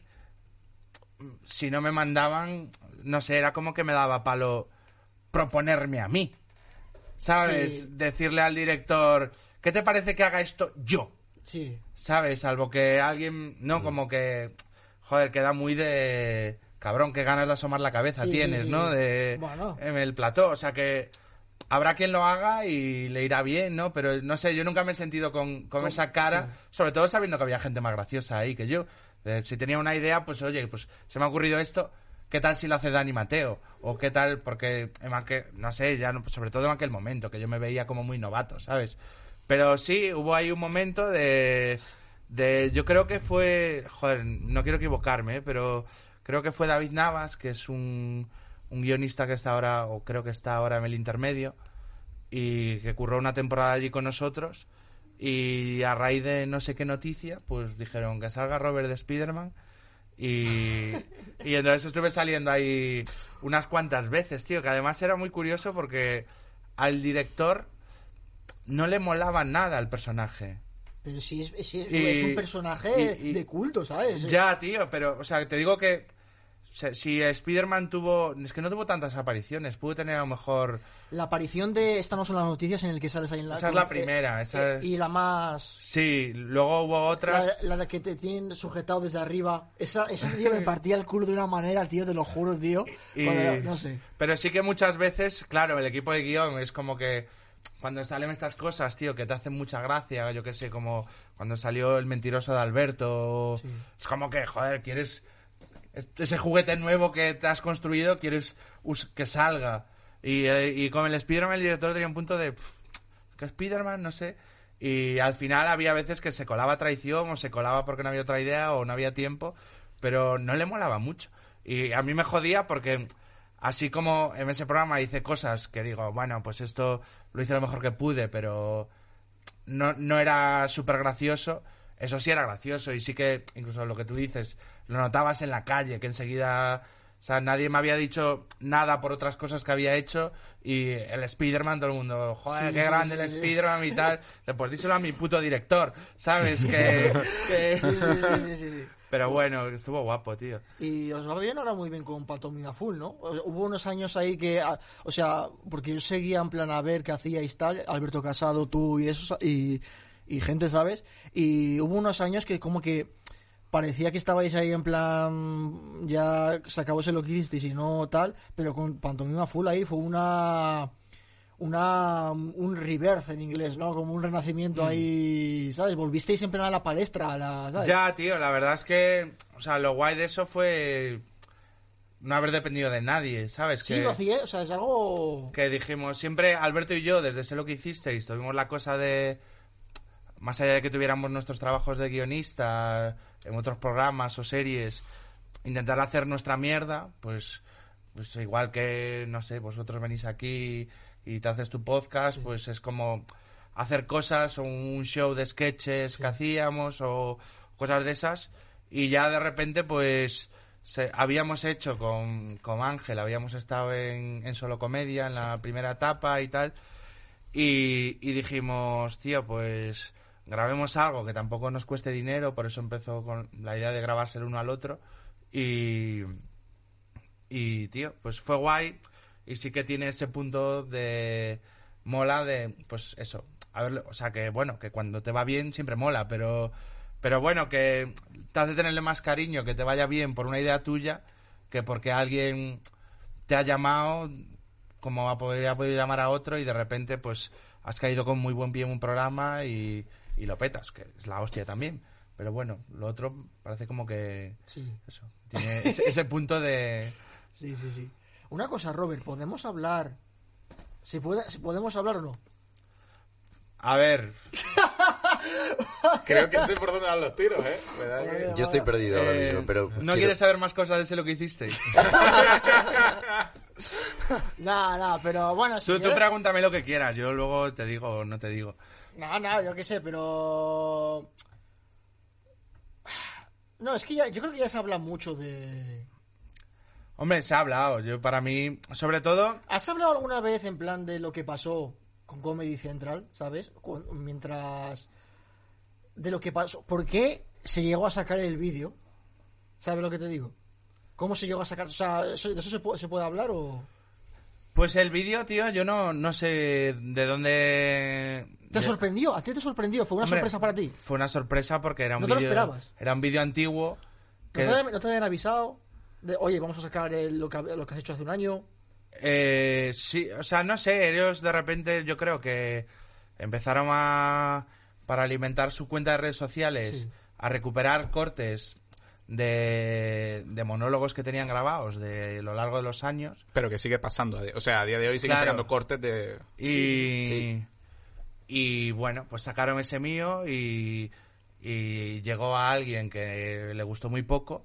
si no me mandaban, no sé, era como que me daba palo proponerme a mí, ¿sabes?
Sí.
Decirle al director, ¿qué te parece que haga esto yo?
Sí.
¿Sabes? Salvo que alguien, no, como que, joder, queda muy de... Cabrón, qué ganas de asomar la cabeza
Sí,
tienes,
sí, sí.
¿no?
Bueno.
En el plató, o sea que... Habrá quien lo haga y le irá bien, ¿no? Pero no sé, yo nunca me he sentido con esa cara,
sí.
sobre todo sabiendo que había gente más graciosa ahí que yo. Si tenía una idea, pues oye, pues se me ha ocurrido esto, ¿qué tal si lo hace Dani Mateo? O qué tal, porque no sé, ya sobre todo en aquel momento, que yo me veía como muy novato, ¿sabes? Pero sí, hubo ahí un momento yo creo que fue, joder, no quiero equivocarme, pero creo que fue David Navas, que es un guionista que está ahora, o creo que está ahora en el intermedio, y que curró una temporada allí con nosotros, y a raíz de no sé qué noticia, pues dijeron que salga Robert de Spider-Man, y entonces estuve saliendo ahí unas cuantas veces, tío, que además era muy curioso porque al director no le molaba nada el personaje.
Pero sí, es un personaje de culto, ¿sabes?
Ya, tío, pero, o sea, te digo que si Spider-Man es que no tuvo tantas apariciones, pudo tener a lo mejor...
La aparición de Esta no son las noticias, en el que sales ahí en la...
Esa es la primera,
y la más...
Sí, luego hubo otras...
La de que te tienen sujetado desde arriba. Esa tío me partía el culo de una manera, tío, te lo juro, tío. No sé.
Pero sí que muchas veces, claro, el equipo de guión es como que... Cuando salen estas cosas, tío, que te hacen mucha gracia, yo qué sé, como cuando salió El mentiroso de Alberto...
Sí.
Es como que, joder, quieres... Ese juguete nuevo que te has construido, quieres que salga. Y con el Spider-Man, el director tenía un punto de... ¿Qué Spider-Man? No sé. Y al final había veces que se colaba traición, o se colaba porque no había otra idea, o no había tiempo, pero no le molaba mucho. Y a mí me jodía porque, así como en ese programa hice cosas que digo, bueno, pues esto lo hice lo mejor que pude, pero no era súper gracioso. Eso sí era gracioso, y sí que, incluso lo que tú dices, lo notabas en la calle, que enseguida... O sea, nadie me había dicho nada por otras cosas que había hecho, y el Spider-Man, todo el mundo, joder, qué grande el Spider-Man y tal. Pues díselo a mi puto director, ¿sabes?
Sí.
Pero bueno, estuvo guapo, tío.
Y os va bien ahora muy bien con Pantomima Full, ¿no? Hubo unos años ahí que... O sea, porque yo seguía en plan a ver qué hacíais tal, Alberto Casado, tú y eso, y gente, ¿sabes? Y hubo unos años que como que parecía que estabais ahí en plan, ya se acabó ese lo que hicisteis y no tal, pero con Pantomima Full ahí fue un rebirth en inglés, ¿no? Como un renacimiento ahí, ¿sabes? Volvisteis en plan a la palestra, ¿sabes?
Ya, tío, la verdad es que, o sea, lo guay de eso fue no haber dependido de nadie, ¿sabes?
Sí, lo hacía, o sea, es algo...
Que dijimos, siempre Alberto y yo, desde Sé lo que hicisteis, tuvimos la cosa de... Más allá de que tuviéramos nuestros trabajos de guionista en otros programas o series, intentar hacer nuestra mierda, pues igual que, no sé, vosotros venís aquí y te haces tu podcast, sí. Pues es como hacer cosas o un show de sketches que hacíamos o cosas de esas, y ya de repente pues habíamos hecho con Ángel, habíamos estado en Solo Comedia en la primera etapa y tal, y dijimos, tío, pues grabemos algo que tampoco nos cueste dinero, por eso empezó con la idea de grabarse el uno al otro, y tío, pues fue guay, y sí que tiene ese punto de mola de, pues eso, a ver, o sea, que bueno, que cuando te va bien siempre mola, pero bueno, que te hace tenerle más cariño que te vaya bien por una idea tuya que porque alguien te ha llamado como ha podido llamar a otro, y de repente pues has caído con muy buen pie en un programa y lo petas, que es la hostia también. Pero bueno, lo otro parece como que...
Sí.
Eso, tiene ese punto de...
Sí. Una cosa, Robert, ¿podemos hablar? ¿Si podemos hablar o no?
A ver...
Creo que sé por dónde van los tiros, ¿eh?
Yo estoy perdido ahora mismo, pero...
¿No quieres saber más cosas de Sé lo que hicisteis?
No, pero bueno... Si
tú pregúntame lo que quieras, yo luego te digo o no te digo.
No, yo qué sé, pero... No, es que yo creo que ya se habla mucho de...
Hombre, se ha hablado. Yo, para mí, sobre todo...
¿Has hablado alguna vez en plan de lo que pasó con Comedy Central, ¿sabes? Mientras... De lo que pasó. ¿Por qué se llegó a sacar el vídeo? ¿Sabes lo que te digo? ¿Cómo se llegó a sacar? O sea, ¿de eso se puede hablar o...?
Pues el vídeo, tío, yo no sé de dónde...
¿Te sorprendió? ¿A ti te sorprendió? ¿Fue una
Hombre,
sorpresa para ti?
Fue una sorpresa porque era un
¿No te lo
vídeo...
esperabas?
Era un vídeo antiguo. Que...
¿No te habían avisado? Oye, vamos a sacar lo que has hecho hace un año.
Sí, o sea, no sé, ellos de repente yo creo que empezaron para alimentar su cuenta de redes sociales,
Sí.
a recuperar cortes de monólogos que tenían grabados de lo largo de los años.
Pero que sigue pasando. O sea, a día de hoy siguen
Claro.
sacando cortes de...
Y bueno, pues sacaron ese mío y llegó a alguien que le gustó muy poco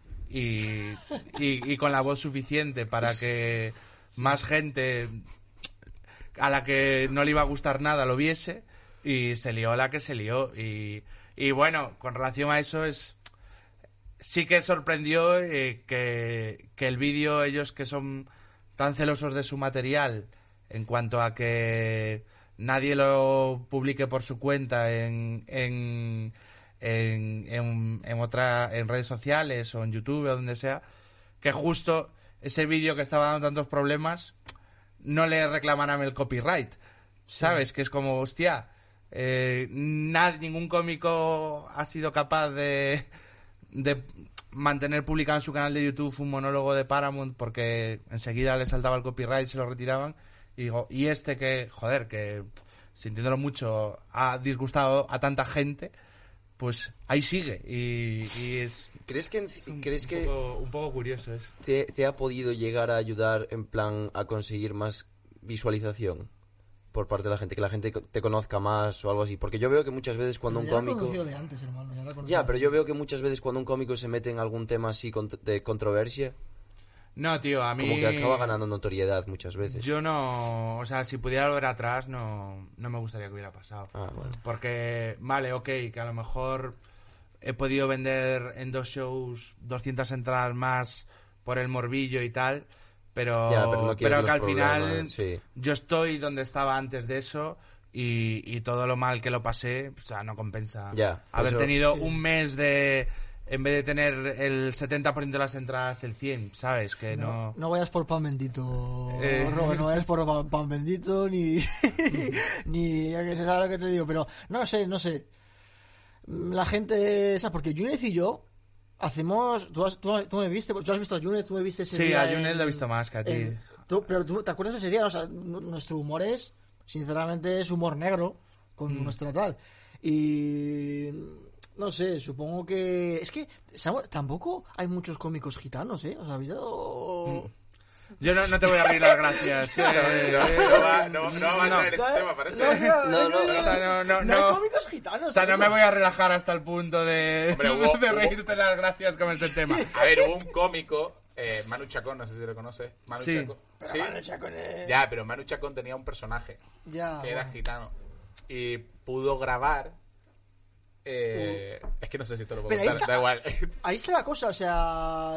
y con la voz suficiente para que más gente a la que no le iba a gustar nada lo viese, y se lió la que se lió. Y bueno, con relación a eso sí que sorprendió que el vídeo, ellos que son tan celosos de su material en cuanto a que nadie lo publique por su cuenta en redes sociales o en YouTube o donde sea, que justo ese vídeo que estaba dando tantos problemas no le reclamaran el copyright, ¿sabes? Que es como, hostia, ningún cómico ha sido capaz de mantener publicado en su canal de YouTube un monólogo de Paramount porque enseguida le saltaba el copyright y se lo retiraban. Y digo, y este que, joder, que sintiéndolo mucho ha disgustado a tanta gente, pues ahí sigue. Y es...
¿Crees que
un poco curioso eso.
te ha podido llegar a ayudar en plan a conseguir más visualización por parte de la gente, que la gente te conozca más o algo así? Porque yo veo que muchas veces cuando un
Ya la he
cómico...
conocido de antes, hermano, ya la he conocido.
Ya, pero yo veo que muchas veces cuando un cómico se mete en algún tema así de controversia,
No, tío, a mí...
como que acaba ganando notoriedad muchas veces.
Yo no... O sea, si pudiera volver atrás, no me gustaría que hubiera pasado.
Ah, bueno.
Porque, vale, ok, que a lo mejor he podido vender en 2 shows 200 entradas más por el morbillo y tal, pero
no quieres
que
los
al final
problemas, sí.
yo estoy donde estaba antes de eso y todo lo mal que lo pasé, o sea, no compensa
Ya,
haber
eso-
tenido
sí.
un mes de... En vez de tener el 70% de las entradas, el 100%, ¿sabes? Que no...
No vayas por pan bendito, Robert, no vayas por pan bendito, ni ya que se sabe lo que te digo, pero no sé. La gente esa, porque Junez y yo hacemos... Tú me viste, tú has visto a Junez, tú me viste ese
Sí,
día
a Junez lo he visto más que a ti.
Pero tú te acuerdas de ese día, o sea, nuestro humor es, sinceramente, es humor negro con nuestra tal. Y... No sé, supongo que... Es que tampoco hay muchos cómicos gitanos, ¿eh? ¿Os habéis dado...?
Yo no te voy a abrir las gracias.
No va a entrar en ese tema, parece.
No.
O sea,
No hay cómicos gitanos.
O sea, no
amigo.
me voy a relajar hasta el punto de,
Hombre,
de reírte las gracias con este tema.
A ver, hubo un cómico, Manu Chacón, no sé si lo conoces. Manu
Sí.
Chacón.
Pero
¿Sí?
Manu Chacón es-
Ya, pero Manu Chacón tenía un personaje
Ya,
que era
bueno.
gitano y pudo grabar... es que no sé si te lo puedo
Pero ahí
contar,
está-
da igual.
Ahí está la cosa, o sea...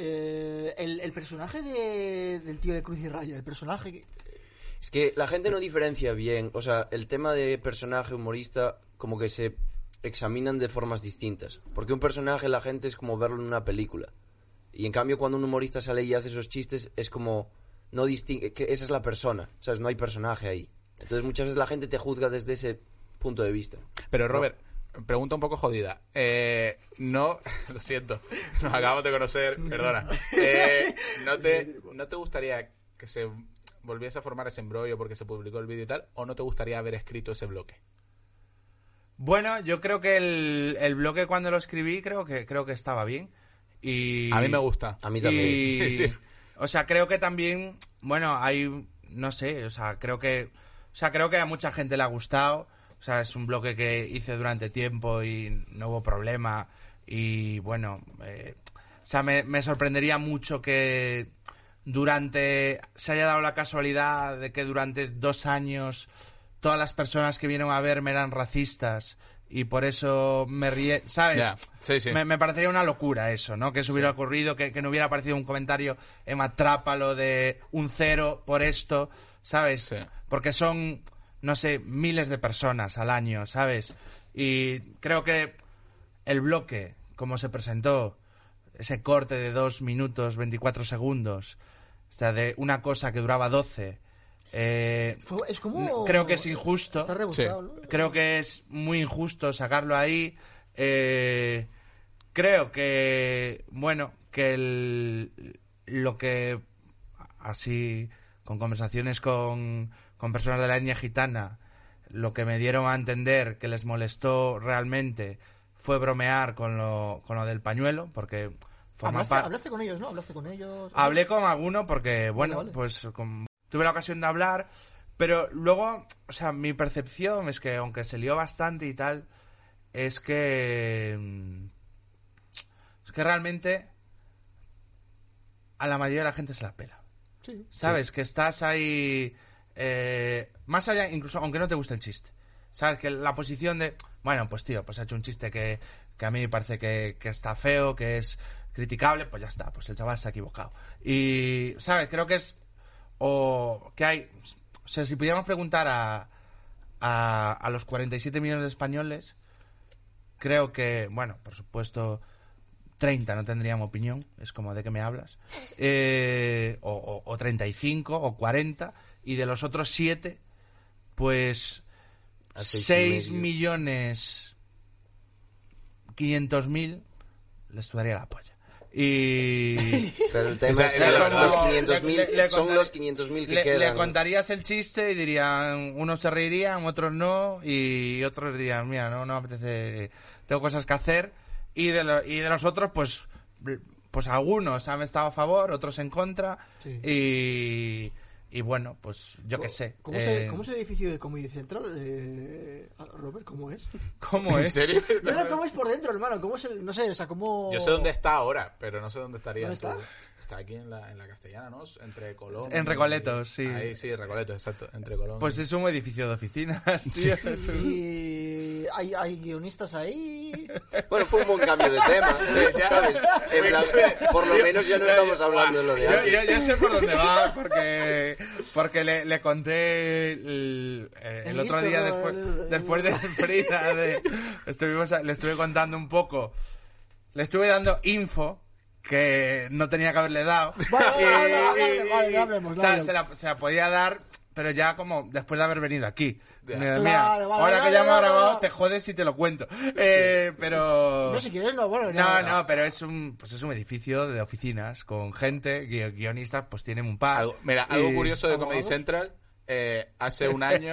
el personaje del tío de Cruz y Raya, el personaje...
Es que la gente no diferencia bien, o sea, el tema de personaje humorista como que se examinan de formas distintas, porque un personaje la gente es como verlo en una película, y en cambio cuando un humorista sale y hace esos chistes es como no distingue, que esa es la persona, ¿sabes? No hay personaje ahí, entonces muchas veces la gente te juzga desde ese punto de vista.
Pero Robert, pregunta un poco jodida. No, lo siento, nos acabamos de conocer, perdona. ¿No te gustaría que se volviese a formar ese embrollo porque se publicó el vídeo y tal? ¿O no te gustaría haber escrito ese bloque?
Bueno, yo creo que el bloque cuando lo escribí creo que estaba bien. Y
A mí me gusta.
A mí también.
y-
Sí.
O sea, creo que también, bueno, hay, no sé, o sea, creo que a mucha gente le ha gustado. O sea, es un bloque que hice durante tiempo y no hubo problema. Y bueno, o sea, me sorprendería mucho que se haya dado la casualidad de que durante 2 años todas las personas que vinieron a verme eran racistas y por eso me ríe, ¿sabes?
Ya, sí, sí.
Me parecería una locura eso, ¿no? Que eso hubiera ocurrido, que no hubiera aparecido un comentario Emma Trápalo de un 0 por esto, ¿sabes?
Sí.
Porque son, no sé, miles de personas al año, ¿sabes? Y creo que el bloque, como se presentó, ese corte de 2 minutos 24 segundos, o sea, de una cosa que duraba 12...
es como...
creo que es injusto.
Está rebuscado, ¿no?
Creo que es muy injusto sacarlo ahí. Creo que, bueno, que lo que, así, con conversaciones con personas de la etnia gitana, lo que me dieron a entender que les molestó realmente fue bromear con lo del pañuelo, porque forma
Hablaste con ellos, ¿no? Hablaste con ellos.
Hablé con alguno porque, bueno,
Vale.
pues tuve la ocasión de hablar, pero luego, o sea, mi percepción es que, aunque se lió bastante y tal, es que realmente a la mayoría de la gente se la pela.
Sí.
¿Sabes? Que estás ahí, más allá, incluso aunque no te guste el chiste. ¿Sabes? Que la posición de, bueno, pues tío, pues ha hecho un chiste que a mí me parece que está feo, que es criticable, pues ya está, pues el chaval se ha equivocado. Y, ¿sabes? Creo que es, o que hay, o sea, si pudiéramos preguntar a los 47 millones de españoles, creo que, bueno, por supuesto, 30 no tendrían opinión, es como, ¿de qué me hablas? O 35 o 40, y de los otros 7, pues 6.500.000 les sudaría la polla. Y...
Pero el tema es que los 500.000 son los 500.000 que quedan.
Le contarías el chiste y dirían, unos se reirían, otros no, y otros dirían, mira, no me apetece, tengo cosas que hacer. Y de los otros, pues algunos han estado a favor, otros en contra, sí. Y bueno, pues yo qué sé.
¿Cómo es el edificio de Comedy Central, Robert? ¿Cómo es?
¿Cómo es?
¿En serio?
No, ¿cómo es por dentro, hermano? ¿Cómo es el...? No sé, o sea, ¿cómo...?
Yo sé dónde está ahora, pero no sé dónde estaría.
¿Dónde está?
Está aquí en la Castellana, ¿no? Entre Colón...
En Recoletos, sí.
Ahí, sí, Recoletos, exacto. Entre Colón...
Pues es un edificio de oficinas, tío.
Sí. ¿Y hay guionistas ahí?
Bueno, fue un buen cambio de tema, ¿sabes? En plan, por lo menos ya no estamos hablando de lo de antes.
Yo sé por dónde va, porque le conté el otro día después de Frida, le estuve contando un poco, le estuve dando info que no tenía que haberle dado.
Vale, hablemos.
O sea, se la podía dar, pero ya como después de haber venido aquí. Mira,
Claro,
ahora que ya me ha grabado, te jodes y te lo cuento. Pero...
No, si quieres, no, bueno.
No, pero es un edificio de oficinas con gente, guionistas, pues tienen un par.
Algo curioso de Comedy Central, hace un año...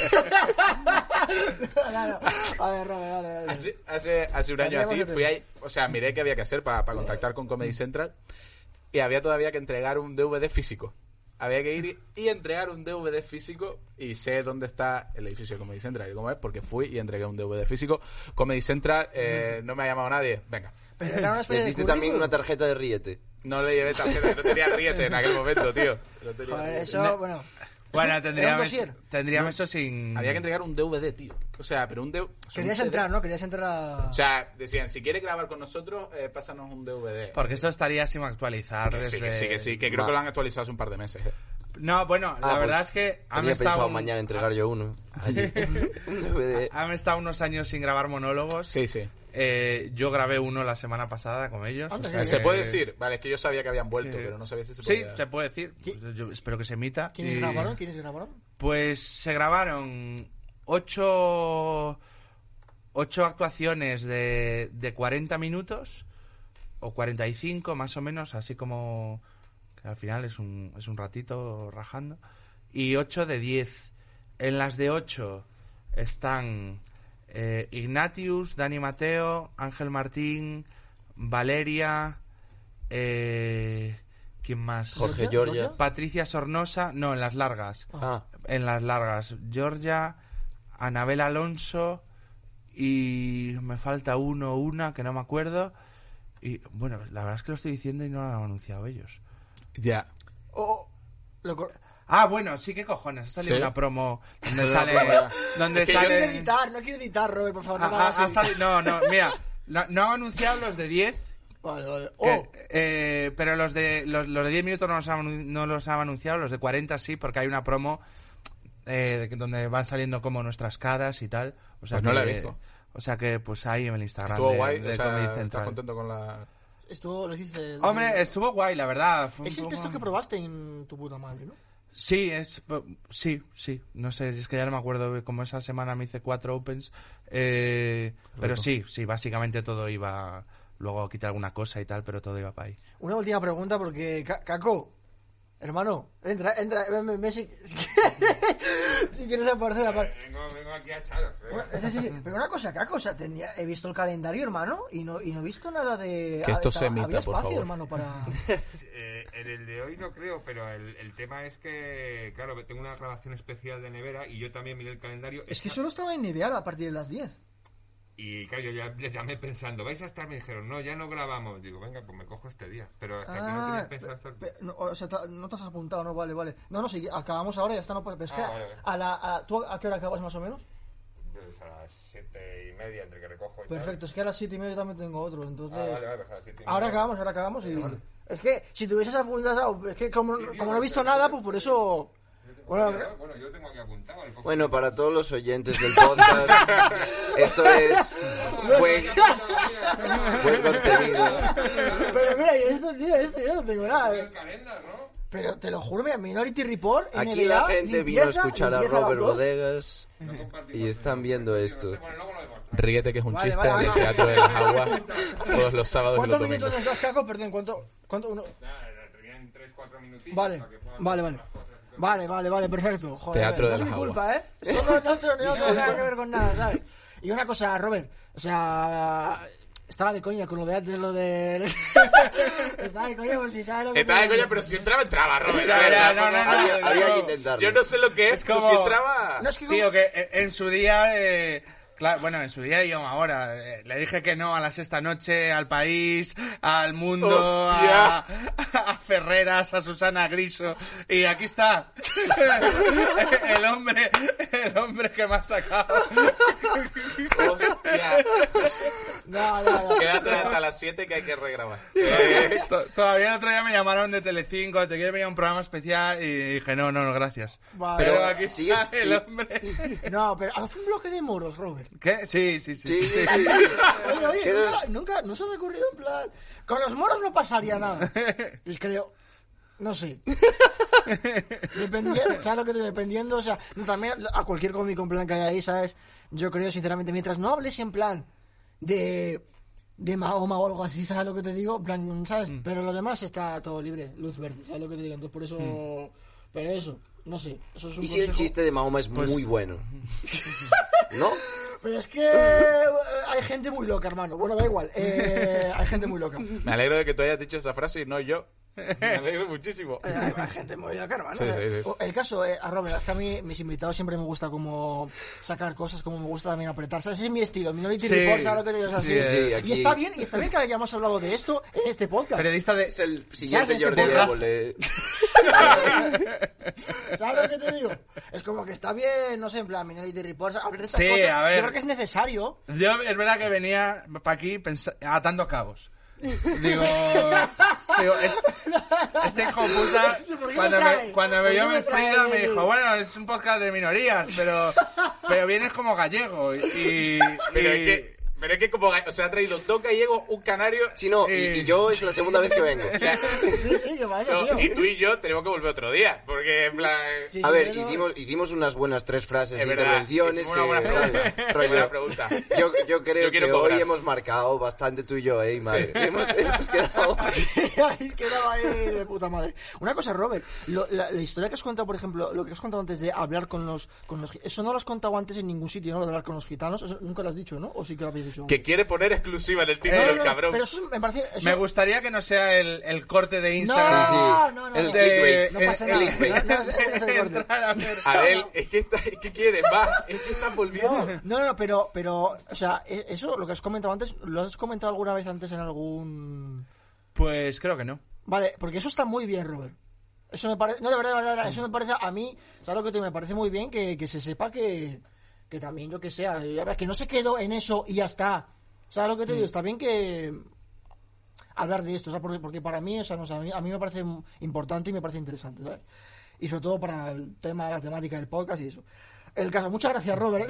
Vale.
Hace un año así, fui ahí, o sea, miré qué había que hacer para contactar con Comedy Central, y había todavía que entregar un DVD físico. Había que ir y entregar un DVD físico, y sé dónde está el edificio de Comedy Central, y cómo es, porque fui y entregué un DVD físico. Comedy Central, no me ha llamado nadie, venga.
Pero era una especie
¿Les
de
diste también una tarjeta de Riete?
No le llevé tarjeta, no tenía Riete en aquel momento, tío.
Joder, eso, bueno...
Bueno,
tendríamos
eso sin...
Había que entregar un DVD, tío. O sea, pero un DVD...
Querías entrar, ¿no? Querías entrar a...
O sea, decían, si quieres grabar con nosotros, pásanos un DVD.
Porque eso estaría sin actualizar desde...
Sí, que creo que lo han actualizado hace un par de meses.
No, bueno, la verdad es que han
pensado mañana entregar yo uno. Allí. Un DVD.
Han estado unos años sin grabar monólogos.
Sí.
Yo grabé uno la semana pasada con ellos.
O
sea,
¿Se puede decir? Vale, es que yo sabía que habían vuelto, pero no sabía si se podía...
Sí, se puede decir. Yo espero que se emita.
¿Quiénes grabaron?
Pues se grabaron 8 actuaciones de 40 minutos o 45 más o menos, así como que al final es un ratito rajando, y 8 de 10. En las de 8 están Ignatius, Dani Mateo, Ángel Martín, Valeria, ¿quién más?
Jorge Giorgia.
Patricia Sornosa, no, en las largas. En las largas, Georgia, Anabel Alonso, y me falta una que no me acuerdo. Y bueno, la verdad es que lo estoy diciendo y no lo han anunciado ellos.
Ya.
Ah, bueno, sí, qué cojones. Ha salido
¿Sí?
una promo donde
Pero
sale...
promo,
donde
Es que
No
yo-
sale...
quiero editar, Robert, por favor, no me
Ha-
hagas
ha
editar.
sali- no, mira, no han anunciado los de 10,
Vale.
pero los de 10 minutos no los han anunciado, los de 40 sí, porque hay una promo donde van saliendo como nuestras caras y tal. O sea
Pues no
que,
la he visto.
O sea que pues ahí en el Instagram
Estuvo
de,
guay,
de
o sea,
Comedy
¿estás
Central.
contento con la...?
Esto lo hiciste...
Hombre, estuvo guay, la verdad. Fue un
Es el
poco-
texto que probaste en tu puta madre, ¿no?
Sí, sí. No sé, es que ya no me acuerdo. Como esa semana me hice 4 opens. Pero sí, básicamente todo iba... Luego quité alguna cosa y tal, pero todo iba para ahí.
Una última pregunta porque, Caco, hermano, entra, ven, si quieres aparecer aparte.
Vengo aquí a echaros.
Sí. Pero una cosa, Caco, o sea, he visto el calendario, hermano, y no he visto nada de...
Que esto se emita,
había
por
espacio,
favor.
hermano, para...
En el de hoy no creo, pero el tema es que, claro, tengo una grabación especial de nevera y yo también miré el calendario.
Es que solo estaba en NBA a partir de las 10.
Y claro, yo ya les llamé pensando, ¿vais a estar? Me dijeron, no, ya no grabamos. Digo, venga, pues me cojo este día. Pero hasta aquí no tenías pensado estar.
O sea, no te has apuntado, ¿no? Vale. No, sí, acabamos ahora, ya está, no puedes pescar.
Vale.
¿Tú a qué hora acabas más o menos?
Pues a las 7:30 entre que recojo y tal.
Perfecto, es que a las 7:30 también tengo otro, entonces...
Vale, pues a las 7:30.
Ahora acabamos y... Es que si te hubieses apuntado, es que como no he visto nada, pues por eso... Bueno,
Bueno, yo tengo aquí apuntado.
Bueno, para todos los oyentes del podcast, esto es buen contenido.
pero mira, yo no tengo nada.
el calendar, ¿no?
Pero te lo juro, mira, Minority Report,
Aquí
NBA,
la gente vino a
limpieza,
escuchar a
limpieza
Robert
las dos.
Bodegas y están viendo esto.
Bueno, luego lo demostrar.
Ríete, que es un
Vale,
chiste
vale,
en el
vale.
Teatro de las Aguas todos los sábados y los
¿Cuántos minutos
domingos.
nos das, Caco? Perdón, ¿cuánto uno?
Tenían 3-4 minutitos.
Vale,
para que puedan
vale.
hacer las cosas y todo.
Vale, perfecto. Joder,
Teatro
no
de
es mi
las
culpa, ¿eh? Esto no tiene nada que ver con nada, ¿sabes? Y una cosa, Robert, o sea... Estaba de coña con lo de antes, lo de... Estaba de coña por si sabes lo que...
Estaba de coña, pero si entraba, Robert.
Ya,
A ver,
ya,
tampoco-
no.
Había que intentarlo.
Yo no sé lo que es,
como-
pero si entraba...
No, es que
Tío, que en su día... claro, bueno, en su día y aún ahora. Le dije que no a La Sexta Noche, al País, al Mundo,
¡Hostia!
a Ferreras, a Susana Griso. Y aquí está. el hombre que me ha sacado.
Hostia.
No.
Quédate hasta las 7 que hay que regrabar.
Todavía el otro día me llamaron de Telecinco, te quieres venir a un programa especial y dije no, gracias.
Vale.
Pero aquí está
sigues-
el
sí.
hombre.
No, pero haz un bloque de moros, Robert.
¿Qué? Sí.
Sí.
Oye,
Eso
nunca no se me ha ocurrido en plan... Con los moros no pasaría nada. Pues creo... No sé. Dependiendo, ¿sabes lo que te digo? Dependiendo, o sea, no, también a cualquier cómico en plan que haya ahí, ¿sabes? Yo creo, sinceramente, mientras no hables en plan de Mahoma o algo así, ¿sabes lo que te digo? En plan, ¿sabes? Pero lo demás está todo libre, luz verde, ¿sabes lo que te digo? Entonces, por eso... Pero eso, no sé. Eso es un
¿Y si el
consejo.
chiste de Mahoma es muy bueno? ¿No?
Pero es que hay gente muy loca, hermano. Bueno, da igual. Hay gente muy loca.
Me alegro de que tú hayas dicho esa frase y no yo. Me alegro muchísimo.
Hay gente muy loca, hermano.
Sí.
El caso, a Robert, es que a mí, mis invitados siempre me gusta como sacar cosas, como me gusta también apretar. ¿Sabes? Ese es mi estilo. Minority
Sí,
Report, ¿sabes lo que te digo? Es así.
sí, aquí-
Y está bien que hayamos hablado de esto en este podcast.
Periodista de...
Es el siguiente
¿Sabes?
Jordi
Borra-
Évole.
¿Sabes lo que te digo? Es como que está bien, no sé, en plan, Minority Report, hablar de estas
Sí,
cosas.
a ver.
Yo creo que es necesario.
Yo es verdad que venía para aquí atando cabos. Digo, este hijo de puta,
¿Por qué
cuando
me trae?
cuando me
¿Por
vio
qué me
Frida
trae?
me dijo, bueno, es un podcast de minorías, pero vienes como gallego y
Pero es que como... O sea, ha traído dos gallegos, un canario...
Sí, no, y yo es la segunda vez que vengo.
Sí, que vaya,
No,
tío.
y tú y yo tenemos que volver otro día. Porque, en plan...
Sí,
A
sí,
ver,
pero-
hicimos unas buenas 3 frases
Es
de
verdad,
intervenciones
hicimos una buena
que,
pregunta.
¿sabes?
Qué
Rollo,
buena pregunta.
Yo creo
Yo quiero
que
cobrar.
hoy hemos marcado bastante tú y yo, madre. Hemos quedado...
Habéis quedado ahí de puta madre. Una cosa, Robert, la historia que has contado, por ejemplo, lo que has contado antes de hablar con los eso no lo has contado antes en ningún sitio, ¿no? Lo de hablar con los gitanos, eso nunca lo has dicho, ¿no? O sí que lo habéis dicho.
Que quiere poner exclusiva en el título,
No,
el
no,
cabrón.
pero eso me parece... eso-
me gustaría que no sea el corte de
No,
Instagram.
Sí, sí.
no,
El
no.
clickbait.
No pasa
El
nada.
clickbait.
No, es el corte.
Entrar a ver.
Adel, es que quiere más. Es que estás volviendo.
No, pero, o sea, eso, lo que has comentado antes, ¿lo has comentado alguna vez antes en algún...?
Pues creo que no.
Vale, porque eso está muy bien, Robert. Eso me parece... No, de verdad, eso me parece a mí... ¿Sabes lo que te me parece muy bien? Que se sepa que también, yo que sea, que no se quedó en eso y ya está. ¿Sabes lo que te digo? Está bien que... hablar de esto, ¿sabes? Porque para mí, o sea, no sé, a mí me parece importante y me parece interesante, ¿sabes? Y sobre todo para el tema, la temática del podcast y eso. El caso, muchas gracias, Robert.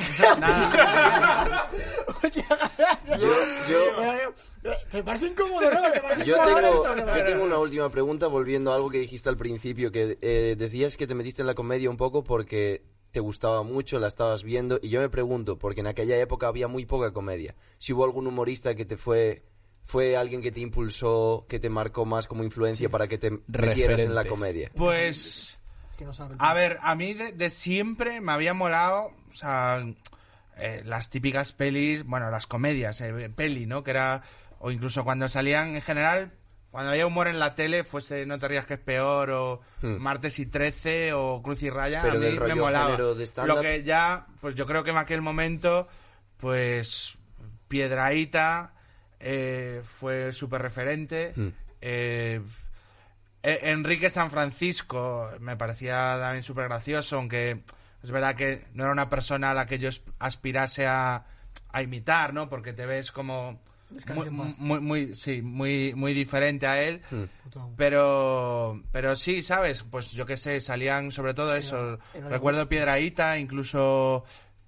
Muchas gracias. ¿Te parece incómodo, Robert? ¿Te parece
Yo
incómodo
tengo una última pregunta, volviendo a algo que dijiste al principio, que decías que te metiste en la comedia un poco porque te gustaba mucho, la estabas viendo, y yo me pregunto, porque en aquella época había muy poca comedia, si hubo algún humorista que te fue alguien que te impulsó, que te marcó más como influencia para que te metieras en la comedia.
Pues...
Que no sabe,
a ver, a mí de siempre me había molado, o sea, las típicas pelis, bueno, las comedias, peli, ¿no? Que era, o incluso cuando salían en general, cuando había humor en la tele, fuese No te rías que es peor, o Martes y 13, o Cruz y Raya,
pero
a mí
del rollo
me molaba.
género de stand-up.
Lo que ya, pues yo creo que en aquel momento, pues, Piedrahíta fue súper referente, Enrique San Francisco me parecía también súper gracioso, aunque es verdad que no era una persona a la que yo aspirase a imitar, ¿no? Porque te ves como muy diferente a él. Pero sí, ¿sabes? Pues yo qué sé, salían sobre todo eso. Recuerdo Piedrahíta, incluso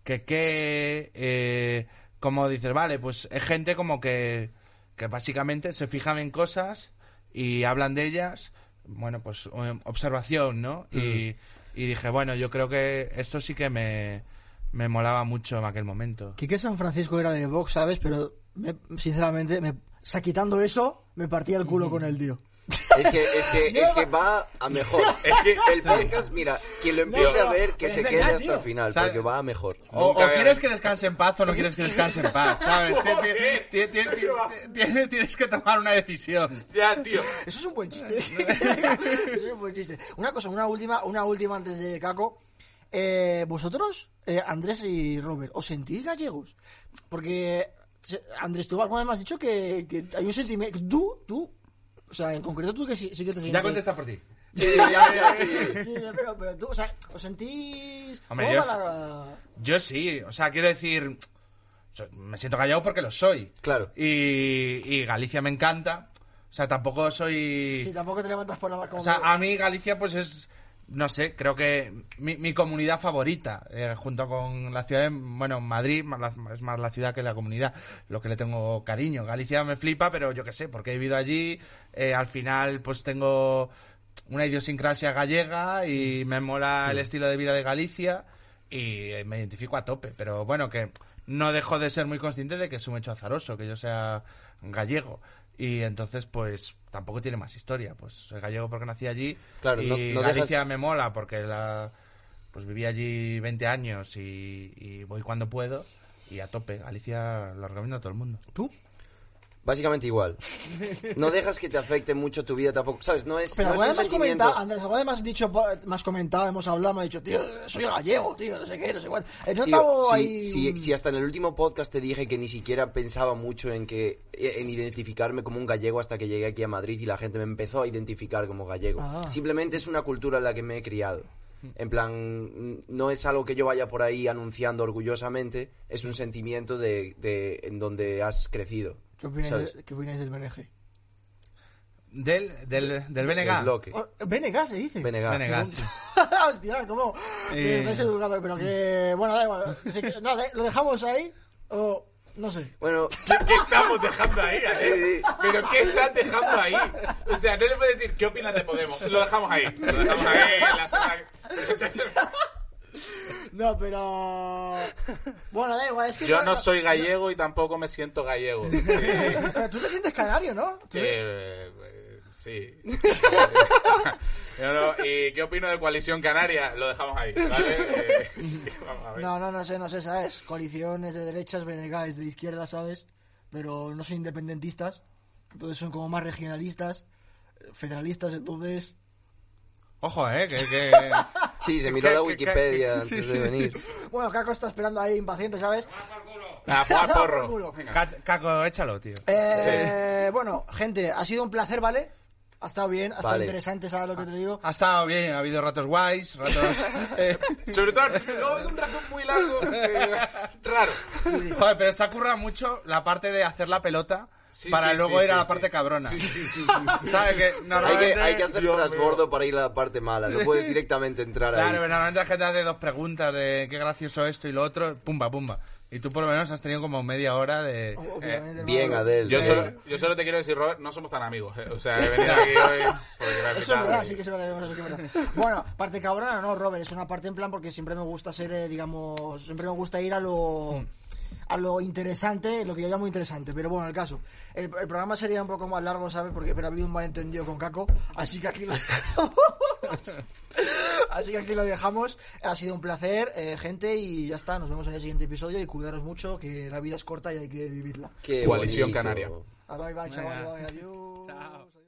como dices, vale, pues es gente como que básicamente se fijan en cosas y hablan de ellas. Bueno, pues observación, ¿no? Y dije, bueno, yo creo que esto sí que me molaba mucho en aquel momento.
Quique San Francisco era de Vox, ¿sabes? Pero sinceramente, quitando eso, me partía el culo con el tío.
Es que va a mejor. Es que el podcast, mira, quien lo empiece a ver, que se quede hasta el final, porque va a mejor.
O quieres que descanse en paz o no quieres que descanse en paz, ¿sabes? Tienes que tomar una decisión.
Ya, tío.
Eso es un buen chiste. Eso es un buen chiste. Una cosa, una última antes de Caco. Vosotros, Andrés y Robert, ¿os sentís gallegos? Porque, Andrés, tú alguna vez me has dicho que hay un sentimiento... Tú... O sea, en concreto tú que sí que te sientes...
Ya contesta por ti.
Sí.
Pero tú, o sea, ¿os sentís...
Hombre, yo sí, o sea, quiero decir... Me siento gallego porque lo soy.
Claro.
Y Galicia me encanta. O sea, tampoco soy...
Sí, tampoco te levantas por la...
O sea, a mí Galicia pues es... No sé, creo que mi comunidad favorita, junto con la ciudad de... Bueno, Madrid es más la ciudad que la comunidad, lo que le tengo cariño. Galicia me flipa, pero yo qué sé, porque he vivido allí, al final pues tengo una idiosincrasia gallega y me mola el estilo de vida de Galicia y me identifico a tope. Pero bueno, que no dejo de ser muy consciente de que es un hecho azaroso, que yo sea gallego. Y entonces, pues, tampoco tiene más historia. Pues soy gallego porque nací allí.
Claro,
y
no
Galicia me mola porque pues viví allí 20 años y voy cuando puedo. Y a tope. Galicia lo recomiendo a todo el mundo.
¿Tú?
Básicamente igual. No dejas que te afecte mucho tu vida tampoco. ¿Sabes? No es,
pero
no es un sentimiento...
Andrés, algo además has comentado, hemos hablado, me has dicho, tío, soy gallego, tío, no sé qué, no sé cuánto.
Tío, si hasta en el último podcast te dije que ni siquiera pensaba mucho en identificarme como un gallego hasta que llegué aquí a Madrid y la gente me empezó a identificar como gallego. Simplemente es una cultura en la que me he criado. En plan, no es algo que yo vaya por ahí anunciando orgullosamente, es un sentimiento de en donde has crecido.
¿Qué opináis del BNG?
¿Del BNG?
Del bloque.
BNG se dice.
BNG,
sí.
Hostia, ¿cómo? Estáis educados, pero que... Bueno, da igual. No, ¿lo dejamos ahí? O... No sé.
Bueno,
¿Qué estamos dejando ahí? ¿Pero qué estás dejando ahí? O sea, no le puedes decir qué opinas de Podemos. Lo dejamos ahí. La semana...
No, pero... Bueno, da igual, es que...
Yo no soy gallego y tampoco me siento gallego. Sí.
Pero tú te sientes canario, ¿no?
Sí. ¿Y qué opino de Coalición Canaria? Lo dejamos ahí, ¿vale? Vamos a ver.
No sé, ¿sabes? Coaliciones de derechas, BNG es de izquierda, ¿sabes? Pero no son independentistas. Entonces son como más regionalistas, federalistas, entonces...
Ojo, que...
Sí, se miró la Wikipedia antes de venir.
Bueno, Caco está esperando ahí impaciente, ¿sabes?
A jugar porro.
Caco, échalo, tío.
Bueno, gente, ha sido un placer, ¿vale? Ha estado bien, ha estado
Vale.
interesante, ¿sabes lo que te digo?
Ha estado bien, ha habido ratos guays, ratos...
Sobre todo, luego ha habido un rato muy largo, raro.
Joder, pero se ha currado mucho la parte de hacer la pelota
Sí,
para
sí,
luego
sí,
ir a
sí,
la
sí.
parte cabrona.
Sí.
¿Sabes? Que normalmente...
Hay que hacer
Dios
transbordo
mío.
para ir a la parte mala. No puedes directamente entrar
Claro,
ahí.
pero normalmente la gente hace 2 preguntas de qué gracioso esto y lo otro, pumba, pumba. Y tú por lo menos has tenido como media hora de...
Obviamente,
Bien,
hermano.
Adel.
Yo solo te quiero decir, Robert, no somos tan amigos. O sea, he venido aquí hoy porque me has
Eso es
invitado
verdad,
y-
sí que se lo debemos, eso que es verdad. Bueno, parte cabrona, no, Robert, es una parte en plan porque siempre me gusta ser, digamos, siempre me gusta ir a lo interesante, lo que yo llamo interesante, pero bueno, el caso. El programa sería un poco más largo, ¿sabes? Pero ha habido un malentendido con Caco, así que aquí lo dejamos. Así que aquí lo dejamos. Ha sido un placer, gente, y ya está. Nos vemos en el siguiente episodio y cuidaros mucho, que la vida es corta y hay que vivirla.
Qué
Coalición
bonito.
Canaria.
Bye, bye, chaval.
Venga.
Bye, adiós.
Chao.